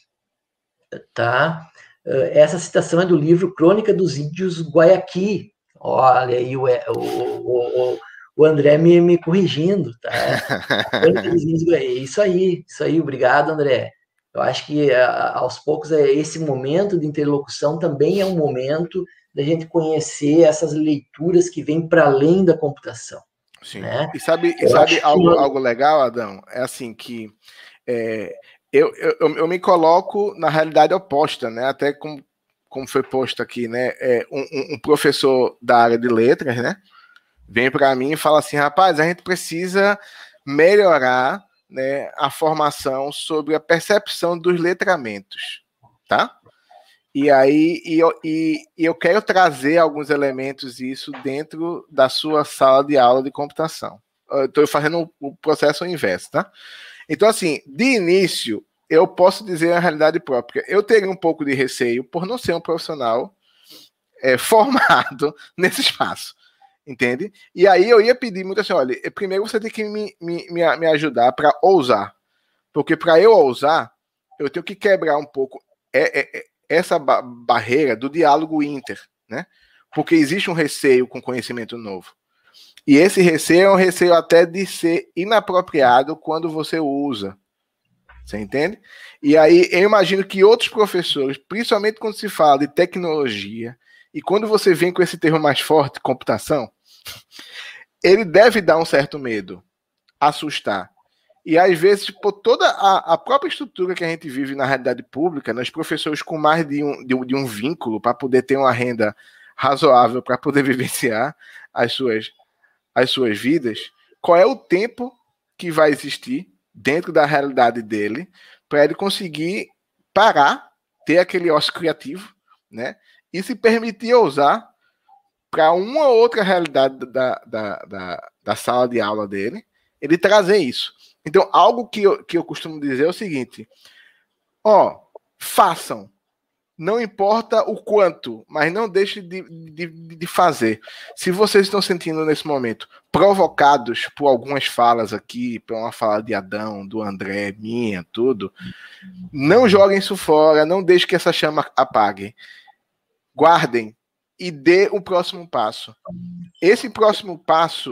tá? Essa citação é do livro Crônica dos Índios Guayaqui. Olha aí o, o, o, o André me, me corrigindo, tá? Crônica dos Índios Guayaqui. Isso aí, isso aí, obrigado, André. Eu acho que, aos poucos, esse momento de interlocução também é um momento da gente conhecer essas leituras que vêm para além da computação. Sim. Né? E sabe, e sabe algo, que... algo legal, Adão? É assim que é, eu, eu, eu me coloco na realidade oposta, né? Até como, como foi posto aqui, né? É, um, um professor da área de letras, né? Vem para mim e fala assim, rapaz, a gente precisa melhorar, né, a formação sobre a percepção dos letramentos, tá? E aí e eu, e, e eu quero trazer alguns elementos disso dentro da sua sala de aula de computação. Eu estou fazendo o processo inverso, tá? Então, assim, de início, eu posso dizer a realidade própria. Eu teria um pouco de receio por não ser um profissional é, formado nesse espaço. Entende? E aí eu ia pedir muito assim, olha, primeiro você tem que me, me, me ajudar para ousar. Porque para eu ousar, eu tenho que quebrar um pouco é, é, essa ba barreira do diálogo inter, né? Porque existe um receio com conhecimento novo. E esse receio é um receio até de ser inapropriado quando você usa. Você entende? E aí eu imagino que outros professores, principalmente quando se fala de tecnologia, e quando você vem com esse termo mais forte, computação, ele deve dar um certo medo, assustar. E às vezes, por toda a, a própria estrutura que a gente vive na realidade pública, nós professores com mais de um, de um, de um vínculo para poder ter uma renda razoável, para poder vivenciar as suas, as suas vidas, qual é o tempo que vai existir dentro da realidade dele para ele conseguir parar, ter aquele ócio criativo, né? E se permitir usar para uma outra realidade da, da, da, da sala de aula dele, ele trazer isso. Então, algo que eu, que eu costumo dizer é o seguinte, ó, façam, não importa o quanto, mas não deixe de, de, de fazer. Se vocês estão sentindo nesse momento provocados por algumas falas aqui, por uma fala de Adão, do André, minha, tudo, não joguem isso fora, não deixe que essa chama apague. Guardem e dê o próximo passo. Esse próximo passo,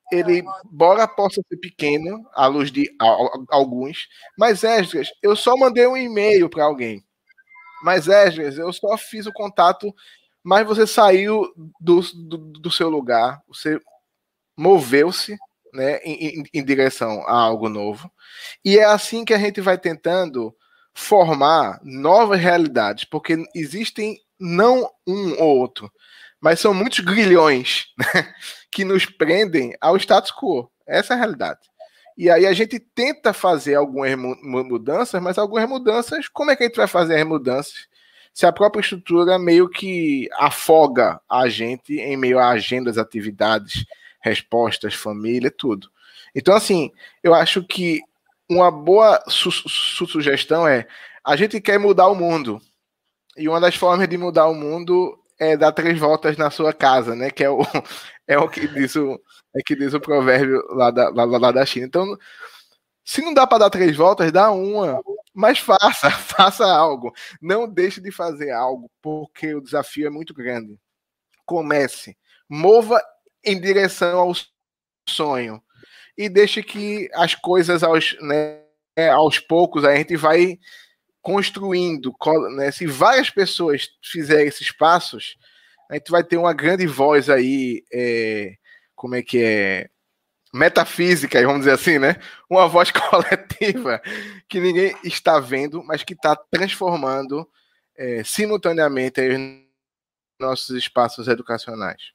ele, embora possa ser pequeno, à luz de alguns, mas Esdras, eu só mandei um e-mail para alguém. Mas Esdras, eu só fiz o contato, mas você saiu do, do, do seu lugar, você moveu-se, né, em, em, em direção a algo novo. E é assim que a gente vai tentando formar novas realidades, porque existem não um ou outro, mas são muitos grilhões, né, que nos prendem ao status quo. Essa é a realidade. E aí a gente tenta fazer algumas mudanças, mas algumas mudanças, como é que a gente vai fazer as mudanças se a própria estrutura meio que afoga a gente em meio a agendas, atividades, respostas, família, tudo. Então, assim, eu acho que uma boa su su sugestão é: a gente quer mudar o mundo, e uma das formas de mudar o mundo é dar três voltas na sua casa, né? Que é o, é o que diz o, é que diz o provérbio lá da, lá, lá da China. Então, se não dá para dar três voltas, dá uma, mas faça, faça algo. Não deixe de fazer algo, porque o desafio é muito grande. Comece, mova em direção ao sonho e deixe que as coisas aos, né, aos poucos a gente vai construindo, né? Se várias pessoas fizerem esses passos, a gente vai ter uma grande voz aí, é, como é que é, metafísica, vamos dizer assim, né? Uma voz coletiva que ninguém está vendo, mas que está transformando é, simultaneamente aí os nossos espaços educacionais.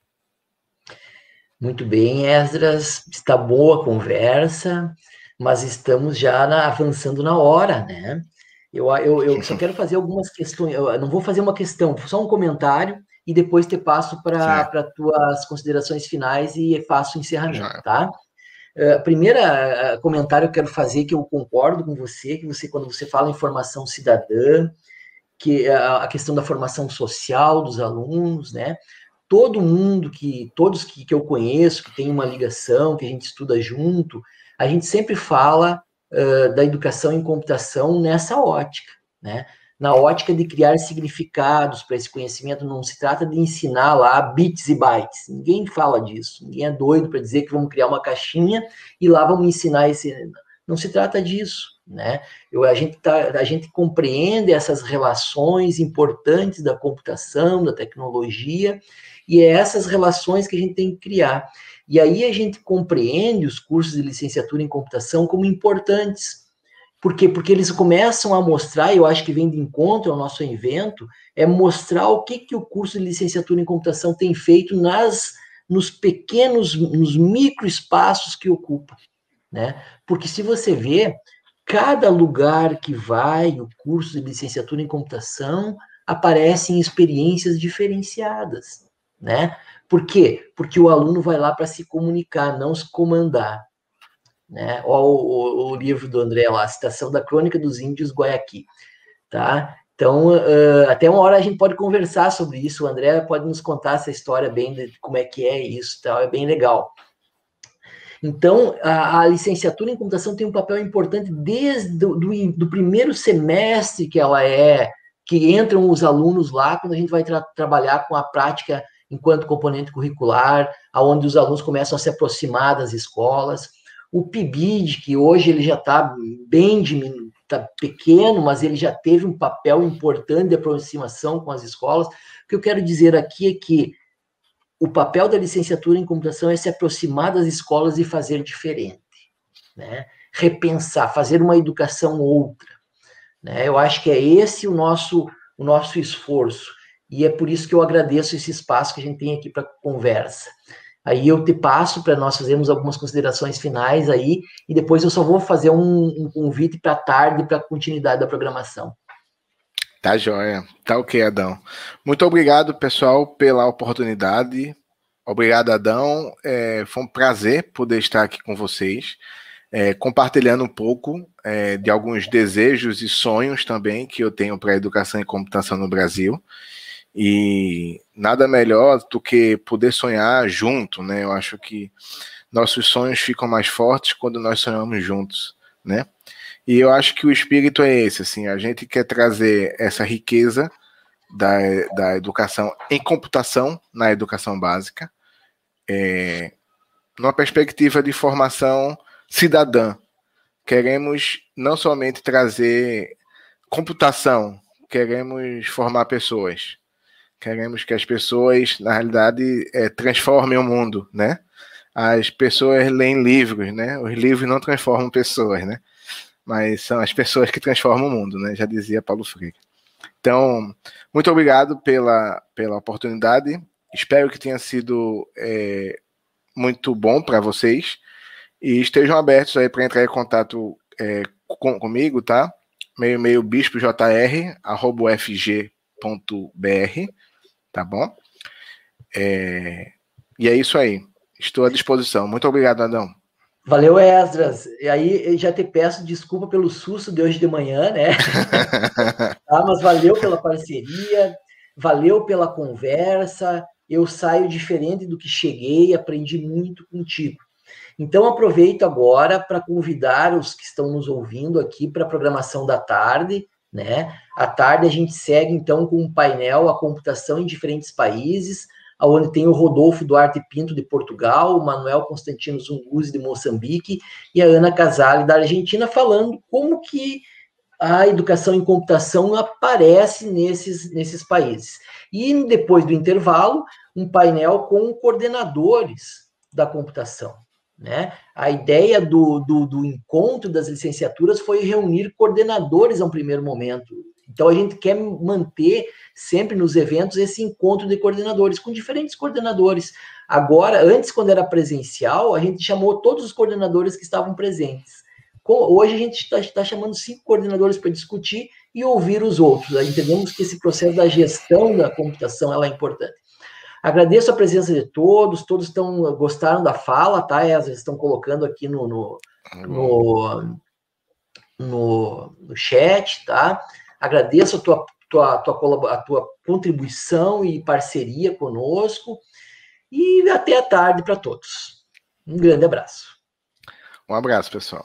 Muito bem, Esdras, está boa a conversa, mas estamos já na, avançando na hora, né? Eu, eu, eu só quero fazer algumas questões, eu não vou fazer uma questão, só um comentário, e depois te passo para as tuas considerações finais e faço o encerramento, já. Tá? Uh, primeira uh, comentário que eu quero fazer, que eu concordo com você, que você, quando você fala em formação cidadã, que uh, a questão da formação social dos alunos, né? Todo mundo que, todos que, que eu conheço, que tem uma ligação, que a gente estuda junto, a gente sempre fala uh, da educação em computação nessa ótica, né? Na ótica de criar significados para esse conhecimento. Não se trata de ensinar lá bits e bytes, ninguém fala disso, ninguém é doido para dizer que vamos criar uma caixinha e lá vamos ensinar esse... Não se trata disso, né? Eu, a, gente tá, a gente compreende essas relações importantes da computação, da tecnologia, e é essas relações que a gente tem que criar. E aí a gente compreende os cursos de licenciatura em computação como importantes. Por quê? Porque eles começam a mostrar, eu acho que vem de encontro ao nosso evento, é mostrar o que, que o curso de licenciatura em computação tem feito nas, nos pequenos, nos microespaços que ocupa, né? Porque se você vê, cada lugar que vai o curso de licenciatura em computação aparecem experiências diferenciadas, né? Por quê? Porque o aluno vai lá para se comunicar, não se comandar, né? Olha o, o, o livro do André lá, a citação da Crônica dos Índios Guayaqui, tá? Então, uh, até uma hora a gente pode conversar sobre isso, o André pode nos contar essa história bem de como é que é isso, tá? É bem legal. Então, a, a licenciatura em computação tem um papel importante desde do, do, do primeiro semestre que ela é, que entram os alunos lá, quando a gente vai tra trabalhar com a prática enquanto componente curricular, aonde os alunos começam a se aproximar das escolas. O P I B I D, que hoje ele já está bem diminuído, está pequeno, mas ele já teve um papel importante de aproximação com as escolas. O que eu quero dizer aqui é que o papel da licenciatura em computação é se aproximar das escolas e fazer diferente, né? Repensar, fazer uma educação outra, né? Eu acho que é esse o nosso, o nosso esforço, e é por isso que eu agradeço esse espaço que a gente tem aqui para conversa. Aí eu te passo para nós fazermos algumas considerações finais aí, e depois eu só vou fazer um, um convite para a tarde, para a continuidade da programação. Tá joia. Tá ok, Adão. Muito obrigado, pessoal, pela oportunidade. Obrigado, Adão. É, foi um prazer poder estar aqui com vocês, é, compartilhando um pouco é, de alguns desejos e sonhos também que eu tenho para a educação e computação no Brasil. E nada melhor do que poder sonhar junto, né? Eu acho que nossos sonhos ficam mais fortes quando nós sonhamos juntos, né? E eu acho que o espírito é esse, assim, a gente quer trazer essa riqueza da, da educação em computação, na educação básica. É, numa perspectiva de formação cidadã. Queremos não somente trazer computação, queremos formar pessoas. Queremos que as pessoas, na realidade, é, transformem o mundo, né? As pessoas leem livros, né? Os livros não transformam pessoas, né? Mas são as pessoas que transformam o mundo, né? Já dizia Paulo Freire. Então, muito obrigado pela, pela oportunidade. Espero que tenha sido é, muito bom para vocês. E estejam abertos aí para entrar em contato é, com, comigo, tá? Meu e-mail bispojr arroba u f g ponto b r, tá bom? É, e é isso aí. Estou à disposição. Muito obrigado, Adão. Valeu, Esdras. E aí, eu já te peço desculpa pelo susto de hoje de manhã, né? Ah, mas valeu pela parceria, valeu pela conversa. Eu saio diferente do que cheguei, aprendi muito contigo. Então, aproveito agora para convidar os que estão nos ouvindo aqui para a programação da tarde, né? À tarde a gente segue, então, com um painel A Computação em Diferentes Países, onde tem o Rodolfo Duarte Pinto, de Portugal, o Manuel Constantino Zunguzzi, de Moçambique, e a Ana Casale, da Argentina, falando como que a educação em computação aparece nesses, nesses países. E, depois do intervalo, um painel com coordenadores da computação. Né? A ideia do, do, do encontro das licenciaturas foi reunir coordenadores a um primeiro momento. Então, a gente quer manter sempre nos eventos esse encontro de coordenadores, com diferentes coordenadores. Agora, antes, quando era presencial, a gente chamou todos os coordenadores que estavam presentes. Hoje, a gente está tá chamando cinco coordenadores para discutir e ouvir os outros. Entendemos que esse processo da gestão da computação ela é importante. Agradeço a presença de todos, todos estão, gostaram da fala, tá? Eles estão colocando aqui no, no, no, no, no chat, tá? Agradeço a tua, tua, tua, a tua contribuição e parceria conosco e até a tarde para todos. Um grande abraço. Um abraço, pessoal.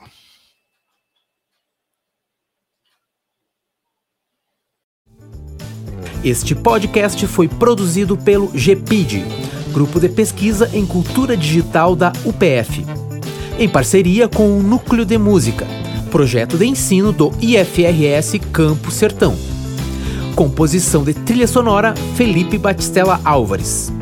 Este podcast foi produzido pelo G P I D, Grupo de Pesquisa em Cultura Digital da U P F, em parceria com o Núcleo de Música, projeto de ensino do I F R S Campo Sertão. Composição de trilha sonora Felipe Batistella Álvares.